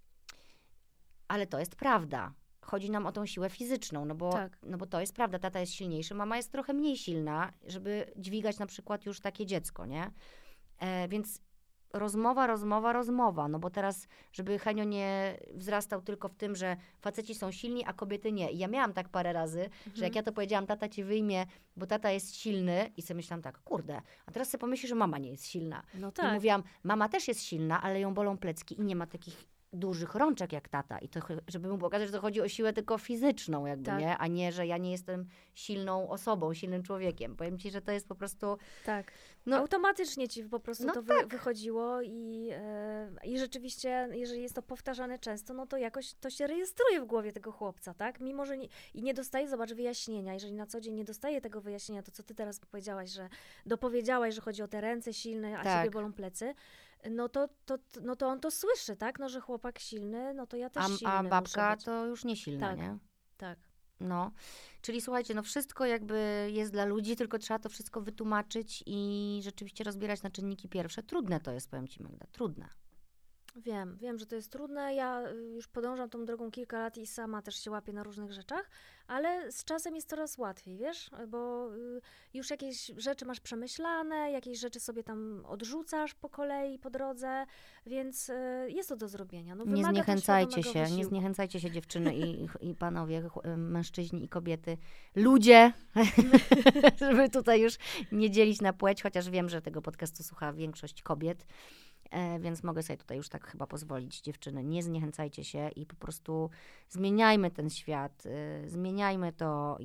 Ale to jest prawda. Chodzi nam o tą siłę fizyczną, no bo to jest prawda, tata jest silniejszy, mama jest trochę mniej silna, żeby dźwigać na przykład już takie dziecko, nie? Więc rozmowa, no bo teraz, żeby Henio nie wzrastał tylko w tym, że faceci są silni, a kobiety nie. I ja miałam tak parę razy, że jak ja to powiedziałam, tata cię wyjmie, bo tata jest silny i sobie myślałam tak, kurde, a teraz sobie pomyśli, że mama nie jest silna. No tak. I mówiłam, mama też jest silna, ale ją bolą plecki i nie ma takich dużych rączek jak tata. I to, żeby mu pokazać, że to chodzi o siłę tylko fizyczną jakby, tak. nie? A nie, że ja nie jestem silną osobą, silnym człowiekiem. Powiem ci, że to jest po prostu... Tak. No, automatycznie ci po prostu to tak. wychodziło i rzeczywiście, jeżeli jest to powtarzane często, no to jakoś to się rejestruje w głowie tego chłopca, tak? Mimo, że nie dostaje, zobacz, wyjaśnienia. Jeżeli na co dzień nie dostaje tego wyjaśnienia, to co ty teraz powiedziałaś, że dopowiedziałaś, że chodzi o te ręce silne, a ciebie bolą plecy, no to on to słyszy, tak? No, że chłopak silny, no to ja też silny a babka muszę być. to już nie silna, tak. nie? Tak. No, czyli słuchajcie, no wszystko jakby jest dla ludzi, tylko trzeba to wszystko wytłumaczyć i rzeczywiście rozbierać na czynniki pierwsze. Trudne to jest, powiem ci, Magda, trudne. Wiem, że to jest trudne. Ja już podążam tą drogą kilka lat i sama też się łapię na różnych rzeczach, ale z czasem jest coraz łatwiej, wiesz, bo już jakieś rzeczy masz przemyślane, jakieś rzeczy sobie tam odrzucasz po kolei, po drodze, więc jest to do zrobienia. No, nie zniechęcajcie się dziewczyny i panowie, mężczyźni i kobiety, ludzie, żeby tutaj już nie dzielić na płeć, chociaż wiem, że tego podcastu słucha większość kobiet. Więc mogę sobie tutaj już tak chyba pozwolić, dziewczyny, nie zniechęcajcie się i po prostu zmieniajmy ten świat, zmieniajmy to,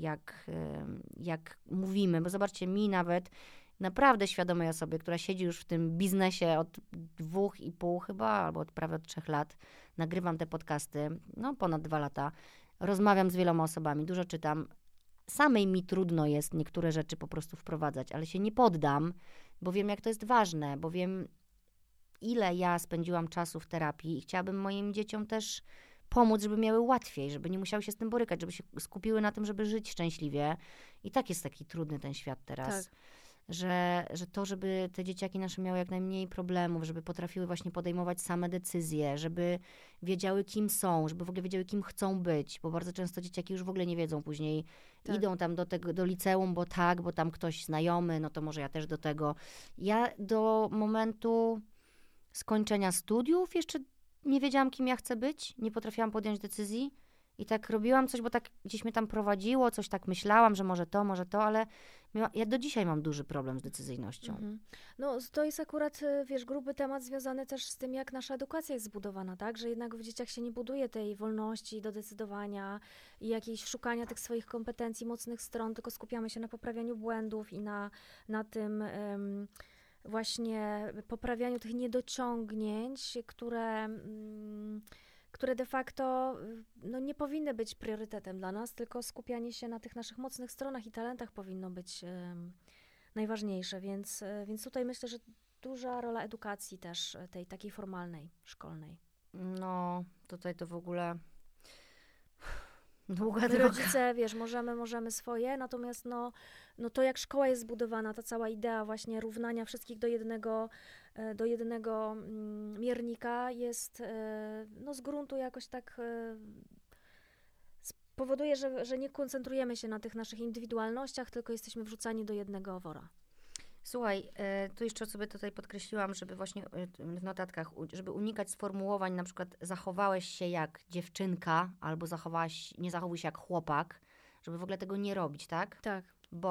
jak mówimy, bo zobaczcie, mi nawet naprawdę świadomej osobie, która siedzi już w tym biznesie od 2,5 chyba, albo prawie od 3 lat, nagrywam te podcasty, no ponad 2 lata, rozmawiam z wieloma osobami, dużo czytam, samej mi trudno jest niektóre rzeczy po prostu wprowadzać, ale się nie poddam, bo wiem, jak to jest ważne, bo wiem, ile ja spędziłam czasu w terapii i chciałabym moim dzieciom też pomóc, żeby miały łatwiej, żeby nie musiały się z tym borykać, żeby się skupiły na tym, żeby żyć szczęśliwie. I tak jest taki trudny ten świat teraz, tak. że żeby te dzieciaki nasze miały jak najmniej problemów, żeby potrafiły właśnie podejmować same decyzje, żeby wiedziały, kim są, żeby w ogóle wiedziały, kim chcą być, bo bardzo często dzieciaki już w ogóle nie wiedzą później, idą tam do liceum, bo tam ktoś znajomy, no to może ja też do tego. Ja do momentu skończenia studiów jeszcze nie wiedziałam, kim ja chcę być, nie potrafiłam podjąć decyzji i tak robiłam coś, bo tak gdzieś mnie tam prowadziło, coś tak myślałam, że może to, ale ja do dzisiaj mam duży problem z decyzyjnością. Mhm. No to jest akurat, wiesz, gruby temat związany też z tym, jak nasza edukacja jest zbudowana, tak? Że jednak w dzieciach się nie buduje tej wolności do decydowania i jakiejś szukania tych swoich kompetencji, mocnych stron, tylko skupiamy się na poprawianiu błędów i na tym... właśnie poprawianiu tych niedociągnięć, które de facto no, nie powinny być priorytetem dla nas, tylko skupianie się na tych naszych mocnych stronach i talentach powinno być najważniejsze, więc tutaj myślę, że duża rola edukacji też tej takiej formalnej, szkolnej. No, tutaj to w ogóle długa My droga. rodzice, wiesz, możemy swoje, natomiast no to jak szkoła jest zbudowana, ta cała idea właśnie równania wszystkich do jednego miernika jest no z gruntu jakoś tak powoduje, że nie koncentrujemy się na tych naszych indywidualnościach, tylko jesteśmy wrzucani do jednego wora. Słuchaj, tu jeszcze sobie tutaj podkreśliłam, żeby właśnie w notatkach, żeby unikać sformułowań, na przykład zachowałeś się jak dziewczynka, albo nie zachowuj się jak chłopak, żeby w ogóle tego nie robić, tak? Tak.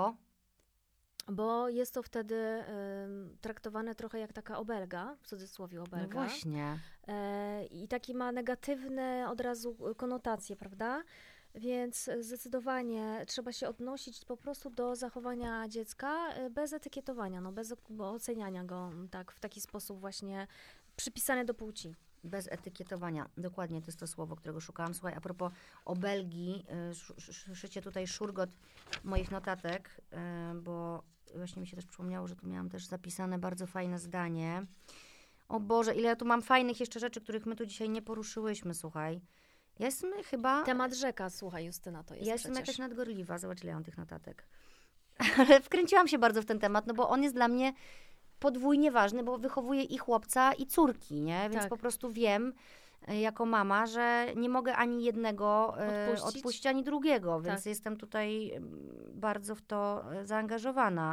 Bo jest to wtedy traktowane trochę jak taka obelga, w cudzysłowie obelga. No właśnie. I taki ma negatywne od razu konotacje, prawda? Więc zdecydowanie trzeba się odnosić po prostu do zachowania dziecka bez etykietowania, no bez oceniania go tak, w taki sposób właśnie przypisane do płci. Bez etykietowania. Dokładnie, to jest to słowo, którego szukałam. Słuchaj, a propos obelgi, słyszycie tutaj szurgot moich notatek, bo właśnie mi się też przypomniało, że tu miałam też zapisane bardzo fajne zdanie. O Boże, ile ja tu mam fajnych jeszcze rzeczy, których my tu dzisiaj nie poruszyłyśmy, słuchaj. Ja jestem chyba... Temat rzeka, słuchaj, Justyna, to jest Ja jestem przecież. jakaś nadgorliwa, zobacz, ile ja mam tych notatek. Ale wkręciłam się bardzo w ten temat, no bo on jest dla mnie podwójnie ważny, bo wychowuję i chłopca, i córki, nie? Więc Tak. po prostu wiem jako mama, że nie mogę ani jednego odpuścić, ani drugiego, więc jestem tutaj bardzo w to zaangażowana.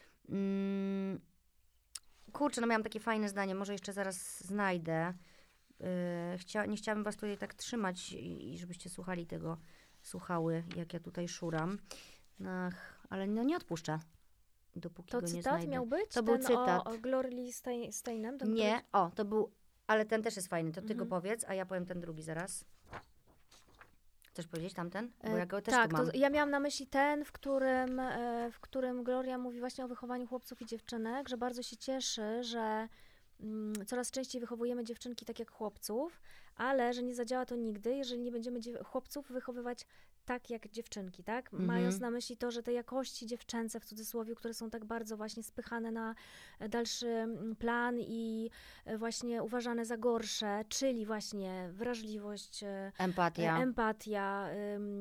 Kurczę, no miałam takie fajne zdanie, może jeszcze zaraz znajdę. Nie chciałabym was tutaj tak trzymać i żebyście słuchały, jak ja tutaj szuram. Ale no nie odpuszczę, dopóki To go nie cytat znajdę. miał być? To był cytat. O Glory Steinem? Nie, to był, ale ten też jest fajny, to ty go powiedz, a ja powiem ten drugi zaraz. Chcesz powiedzieć tamten? Bo ja go też tak, tu mam. to ja miałam na myśli ten, w którym Gloria mówi właśnie o wychowaniu chłopców i dziewczynek, że bardzo się cieszy, że coraz częściej wychowujemy dziewczynki tak jak chłopców, ale że nie zadziała to nigdy, jeżeli nie będziemy chłopców wychowywać tak jak dziewczynki, tak? Mając na myśli to, że te jakości dziewczęce w cudzysłowie, które są tak bardzo właśnie spychane na dalszy plan i właśnie uważane za gorsze, czyli właśnie wrażliwość, empatia,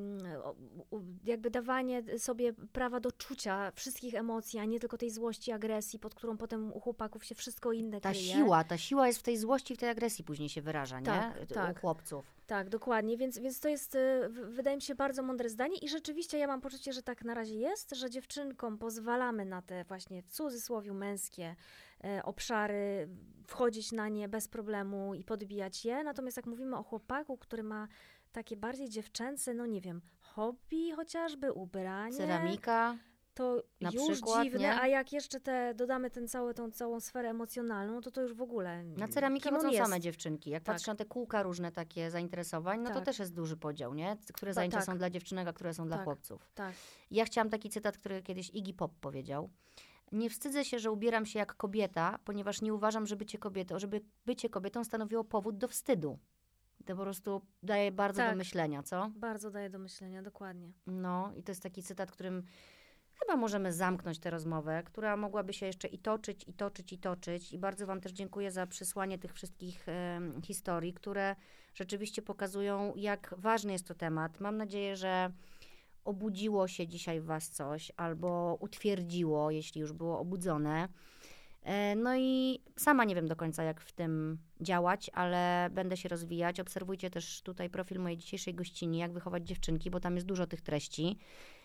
jakby dawanie sobie prawa do czucia wszystkich emocji, a nie tylko tej złości, agresji, pod którą potem u chłopaków się wszystko inne kryje. Ta siła jest w tej złości, w tej agresji później się wyraża, nie? U chłopców. Tak, dokładnie, więc to jest, wydaje mi się, bardzo mądre zdanie i rzeczywiście ja mam poczucie, że tak na razie jest, że dziewczynkom pozwalamy na te właśnie w cudzysłowie męskie obszary, wchodzić na nie bez problemu i podbijać je, natomiast jak mówimy o chłopaku, który ma takie bardziej dziewczęce, no nie wiem, hobby chociażby, ubranie. Ceramika. To na już przykład, dziwne, nie? A jak jeszcze dodamy tą całą sferę emocjonalną, to już w ogóle... Na ceramikę chodzą same dziewczynki. Jak patrzę na te kółka różne takie zainteresowań, no to też jest duży podział, nie? Które zajęcia są dla dziewczynek, a które są dla chłopców. Tak. Ja chciałam taki cytat, który kiedyś Iggy Pop powiedział. Nie wstydzę się, że ubieram się jak kobieta, ponieważ nie uważam, żeby bycie kobietą stanowiło powód do wstydu. To po prostu daje bardzo do myślenia, co? Bardzo daje do myślenia, dokładnie. No i to jest taki cytat, którym chyba możemy zamknąć tę rozmowę, która mogłaby się jeszcze i toczyć. I bardzo wam też dziękuję za przysłanie tych wszystkich historii, które rzeczywiście pokazują, jak ważny jest to temat. Mam nadzieję, że obudziło się dzisiaj w was coś, albo utwierdziło, jeśli już było obudzone. No i sama nie wiem do końca, jak w tym działać, ale będę się rozwijać. Obserwujcie też tutaj profil mojej dzisiejszej gościni, jak wychować dziewczynki, bo tam jest dużo tych treści.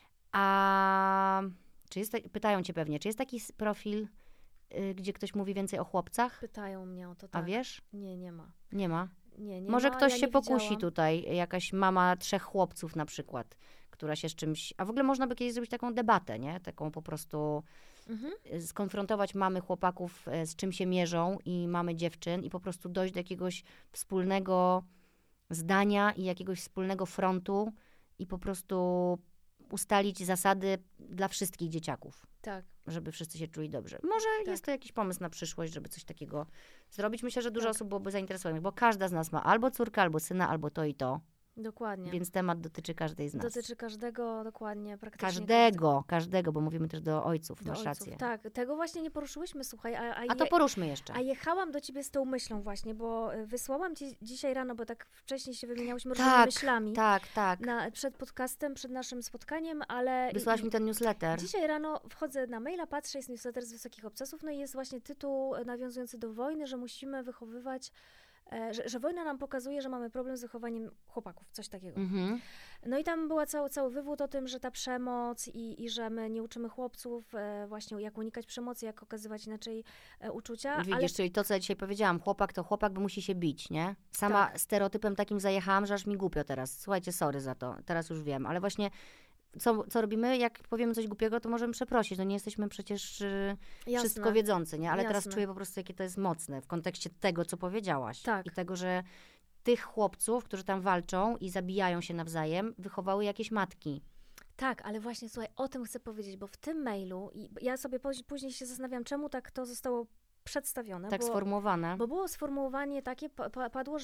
A pytają cię pewnie, czy jest taki profil, gdzie ktoś mówi więcej o chłopcach? Pytają mnie o to, tak. A wiesz? Nie ma. Nie ma? Nie Może ma, ktoś ja się nie pokusi widziałam. tutaj, jakaś mama 3 chłopców na przykład, która się z czymś... A w ogóle można by kiedyś zrobić taką debatę, nie? Taką po prostu skonfrontować mamy chłopaków, z czym się mierzą i mamy dziewczyn i po prostu dojść do jakiegoś wspólnego zdania i jakiegoś wspólnego frontu i po prostu ustalić zasady dla wszystkich dzieciaków. Tak. Żeby wszyscy się czuli dobrze. Może jest to jakiś pomysł na przyszłość, żeby coś takiego zrobić. Myślę, że dużo osób byłoby zainteresowanych, bo każda z nas ma albo córkę, albo syna, albo to i to. Dokładnie. Więc temat dotyczy każdej z nas. Dotyczy każdego, dokładnie, praktycznie Każdego, bo mówimy też do ojców, masz rację. Tak, tego właśnie nie poruszyłyśmy, słuchaj. A to poruszmy jeszcze. A jechałam do ciebie z tą myślą właśnie, bo wysłałam ci dzisiaj rano, bo tak wcześniej się wymieniałyśmy różnymi myślami. Tak. Przed podcastem, przed naszym spotkaniem, ale... Wysłałaś mi ten newsletter. Dzisiaj rano wchodzę na maila, patrzę, jest newsletter z Wysokich Obcasów, no i jest właśnie tytuł nawiązujący do wojny, że musimy wychowywać... Że wojna nam pokazuje, że mamy problem z wychowaniem chłopaków, coś takiego. No i tam była cały wywód o tym, że ta przemoc i że my nie uczymy chłopców właśnie jak unikać przemocy, jak okazywać inaczej uczucia. Widzisz, czyli to, co ja dzisiaj powiedziałam, chłopak to chłopak, bo musi się bić, nie? Sama stereotypem takim zajechałam, że aż mi głupio teraz. Słuchajcie, sorry za to, teraz już wiem, ale właśnie co robimy? Jak powiemy coś głupiego, to możemy przeprosić. No nie jesteśmy przecież wszystko wiedzący, nie? Ale teraz czuję po prostu, jakie to jest mocne w kontekście tego, co powiedziałaś. Tak. I tego, że tych chłopców, którzy tam walczą i zabijają się nawzajem, wychowały jakieś matki. Tak, ale właśnie, słuchaj, o tym chcę powiedzieć, bo w tym mailu, i ja sobie później się zastanawiam, czemu tak to zostało przedstawione. Tak sformułowane. Bo było sformułowanie takie, padło,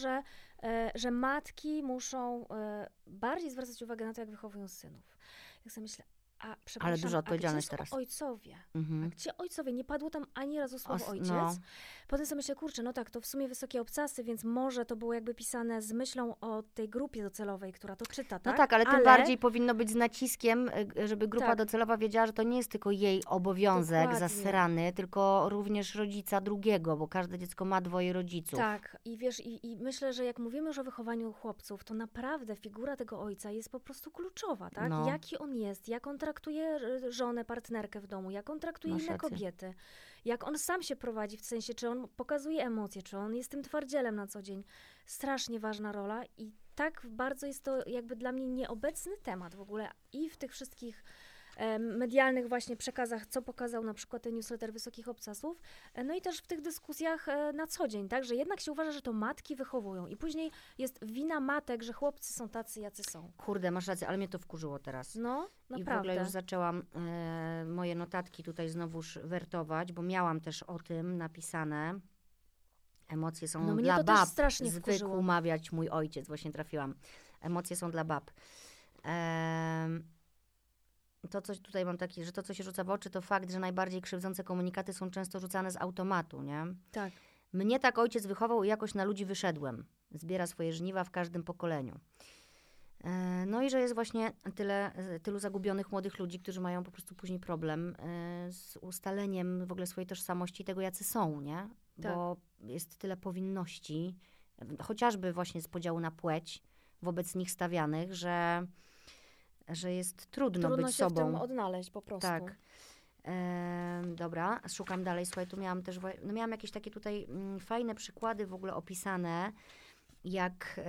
że matki muszą bardziej zwracać uwagę na to, jak wychowują synów. Jak sobie myślę, ale duża odpowiedzialność teraz. Ojcowie? A gdzie ojcowie? Nie padło tam ani razu słowo ojciec. No. Potem sobie myślę, kurczę, no tak, to w sumie Wysokie Obcasy, więc może to było jakby pisane z myślą o tej grupie docelowej, która to czyta, tak? No tak, ale tym bardziej powinno być z naciskiem, żeby grupa docelowa wiedziała, że to nie jest tylko jej obowiązek zasrany, tylko również rodzica drugiego, bo każde dziecko ma 2 rodziców. Tak, i wiesz, i myślę, że jak mówimy już o wychowaniu chłopców, to naprawdę figura tego ojca jest po prostu kluczowa, tak? No. Jaki on jest, jak on traktuje żonę, partnerkę w domu, jak on traktuje inne kobiety, jak on sam się prowadzi, w sensie, czy on pokazuje emocje, czy on jest tym twardzielem na co dzień. Strasznie ważna rola i tak bardzo jest to jakby dla mnie nieobecny temat w ogóle i w tych wszystkich medialnych właśnie przekazach, co pokazał na przykład ten newsletter Wysokich Obcasów, no i też w tych dyskusjach na co dzień, tak, że jednak się uważa, że to matki wychowują i później jest wina matek, że chłopcy są tacy, jacy są. Kurde, masz rację, ale mnie to wkurzyło teraz. No, naprawdę. I w ogóle już zaczęłam moje notatki tutaj znowuż wertować, bo miałam też o tym napisane. Emocje są dla bab. Zwykł mawiać mój ojciec, właśnie trafiłam. Emocje są dla bab. To, co tutaj mam takie, że to, co się rzuca w oczy, to fakt, że najbardziej krzywdzące komunikaty są często rzucane z automatu, nie? Tak. Mnie tak ojciec wychował i jakoś na ludzi wyszedłem. Zbiera swoje żniwa w każdym pokoleniu. No i że jest właśnie tylu zagubionych młodych ludzi, którzy mają po prostu później problem z ustaleniem w ogóle swojej tożsamości, tego jacy są, nie? Tak. Bo jest tyle powinności, chociażby właśnie z podziału na płeć wobec nich stawianych, że jest trudno być sobą. Trudno się w tym odnaleźć po prostu. Tak. Dobra, szukam dalej. Słuchaj, tu miałam też, miałam jakieś takie tutaj fajne przykłady w ogóle opisane, jak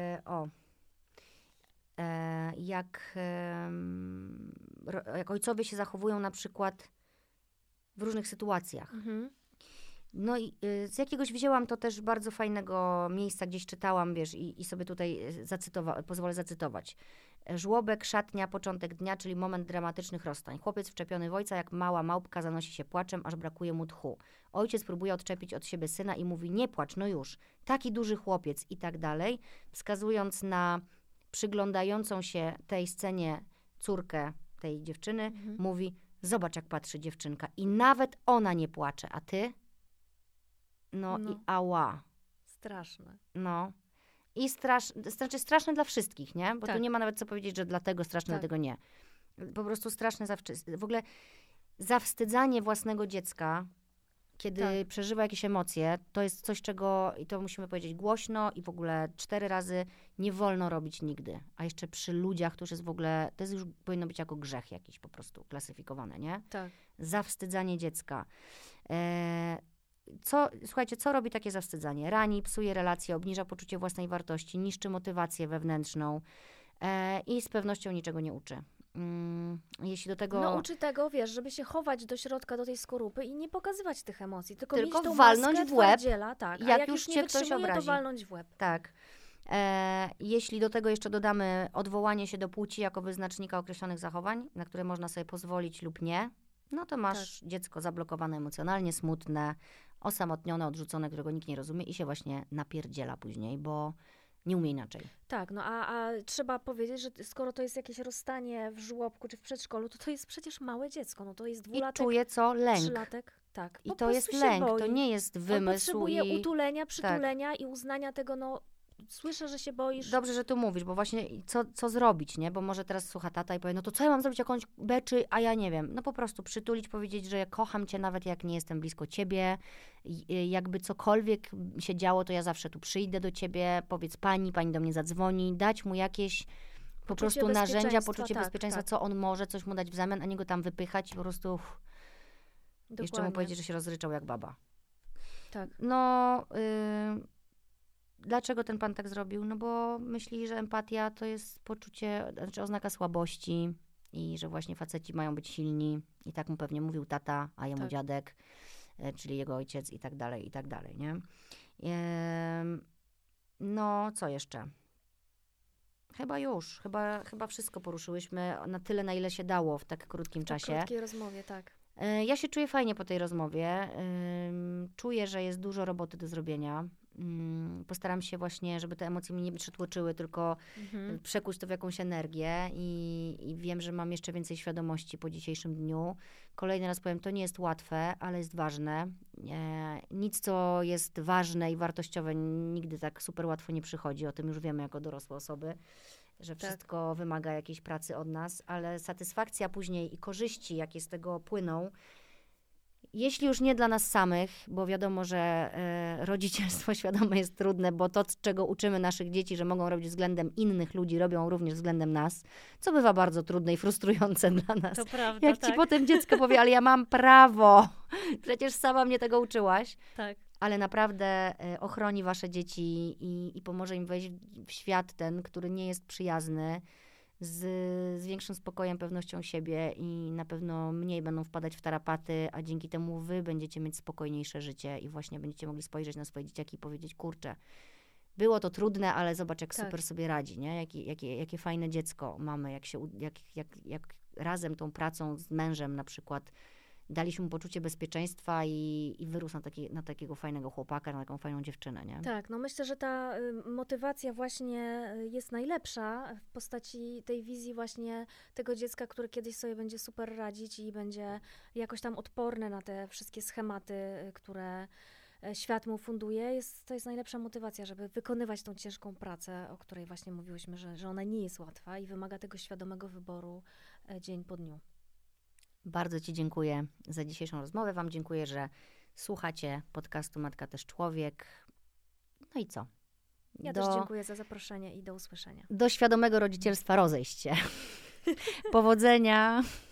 ojcowie się zachowują na przykład w różnych sytuacjach. No i z jakiegoś wzięłam to też bardzo fajnego miejsca, gdzieś czytałam, wiesz, i sobie tutaj pozwolę zacytować. Żłobek, szatnia, początek dnia, czyli moment dramatycznych rozstań. Chłopiec wczepiony w ojca, jak mała małpka, zanosi się płaczem, aż brakuje mu tchu. Ojciec próbuje odczepić od siebie syna i mówi, nie płacz, no już. Taki duży chłopiec i tak dalej, wskazując na przyglądającą się tej scenie córkę tej dziewczyny, mówi, zobacz jak patrzy dziewczynka i nawet ona nie płacze, a ty? No. I ała. Straszne. No. I straszne dla wszystkich, nie? Bo tu nie ma nawet co powiedzieć, że dlatego straszne, dlatego nie. Po prostu straszne w ogóle zawstydzanie własnego dziecka, kiedy przeżywa jakieś emocje, to jest coś, czego, i to musimy powiedzieć głośno i w ogóle 4 razy nie wolno robić nigdy. A jeszcze przy ludziach, to już jest w ogóle, to jest już powinno być jako grzech jakiś po prostu klasyfikowane, nie? Tak. Zawstydzanie dziecka. Słuchajcie, co robi takie zawstydzanie? Rani, psuje relacje, obniża poczucie własnej wartości, niszczy motywację wewnętrzną i z pewnością niczego nie uczy. Jeśli do tego... No uczy tego, wiesz, żeby się chować do środka, do tej skorupy i nie pokazywać tych emocji, tylko mieć tą walnąć maskę w łeb, tak. jak już cię ktoś obrazi. To walnąć w łeb. Tak. Jeśli do tego jeszcze dodamy odwołanie się do płci jako wyznacznika określonych zachowań, na które można sobie pozwolić lub nie, no to masz dziecko zablokowane emocjonalnie, smutne, osamotnione, odrzucone, którego nikt nie rozumie i się właśnie napierdziela później, bo Nie umie inaczej. Tak, no a trzeba powiedzieć, że skoro to jest jakieś rozstanie w żłobku czy w przedszkolu, to jest przecież małe dziecko, no to jest I dwulatek, czuje co? Lęk. trzylatek. Tak, I po to jest prostu się lęk, boi. to nie jest On wymysł. potrzebuje i... utulenia, przytulenia i uznania tego, no słyszę, że się boisz. Dobrze, że tu mówisz, bo właśnie co zrobić, nie? Bo może teraz słucha tata i powie, no to co ja mam zrobić, jakąś beczy, a ja nie wiem. No po prostu przytulić, powiedzieć, że ja kocham cię, nawet jak nie jestem blisko ciebie. Jakby cokolwiek się działo, to ja zawsze tu przyjdę do ciebie, powiedz pani do mnie zadzwoni, dać mu jakieś po prostu narzędzia, poczucie bezpieczeństwa, co on może, coś mu dać w zamian, a nie go tam wypychać i po prostu jeszcze mu powiedzieć, że się rozryczał jak baba. Tak. No... Dlaczego ten pan tak zrobił? No bo myśli, że empatia to jest poczucie, znaczy oznaka słabości i że właśnie faceci mają być silni. I tak mu pewnie mówił tata, a jemu dziadek, czyli jego ojciec i tak dalej, nie? No, co jeszcze? Chyba wszystko poruszyłyśmy na tyle, na ile się dało w tak krótkim czasie. W krótkiej rozmowie, tak. Ja się czuję fajnie po tej rozmowie. Czuję, że jest dużo roboty do zrobienia. Postaram się właśnie, żeby te emocje mnie nie przytłoczyły, tylko przekuć to w jakąś energię i wiem, że mam jeszcze więcej świadomości po dzisiejszym dniu. Kolejny raz powiem, to nie jest łatwe, ale jest ważne. Nic, co jest ważne i wartościowe, nigdy tak super łatwo nie przychodzi. O tym już wiemy jako dorosłe osoby, że wszystko wymaga jakiejś pracy od nas, ale satysfakcja później i korzyści, jakie z tego płyną, jeśli już nie dla nas samych, bo wiadomo, że rodzicielstwo świadome jest trudne, bo to, czego uczymy naszych dzieci, że mogą robić względem innych ludzi, robią również względem nas, co bywa bardzo trudne i frustrujące dla nas. To prawda, jak ci potem dziecko powie, ale ja mam prawo, przecież sama mnie tego uczyłaś. Tak. Ale naprawdę ochroni wasze dzieci i pomoże im wejść w świat ten, który nie jest przyjazny, z większym spokojem, pewnością siebie i na pewno mniej będą wpadać w tarapaty, a dzięki temu wy będziecie mieć spokojniejsze życie i właśnie będziecie mogli spojrzeć na swoje dzieciaki i powiedzieć, kurczę, było to trudne, ale zobacz, jak super sobie radzi, nie? Jakie fajne dziecko mamy, jak razem tą pracą z mężem na przykład daliśmy mu poczucie bezpieczeństwa i wyrósł na takiego fajnego chłopaka, na taką fajną dziewczynę, nie? Tak, no myślę, że ta motywacja właśnie jest najlepsza w postaci tej wizji właśnie tego dziecka, które kiedyś sobie będzie super radzić i będzie jakoś tam odporne na te wszystkie schematy, które świat mu funduje. To jest najlepsza motywacja, żeby wykonywać tą ciężką pracę, o której właśnie mówiłyśmy, że ona nie jest łatwa i wymaga tego świadomego wyboru dzień po dniu. Bardzo ci dziękuję za dzisiejszą rozmowę. Wam dziękuję, że słuchacie podcastu Matka też człowiek. No i co? Ja też dziękuję za zaproszenie i do usłyszenia. Do świadomego rodzicielstwa rozejść się. Powodzenia.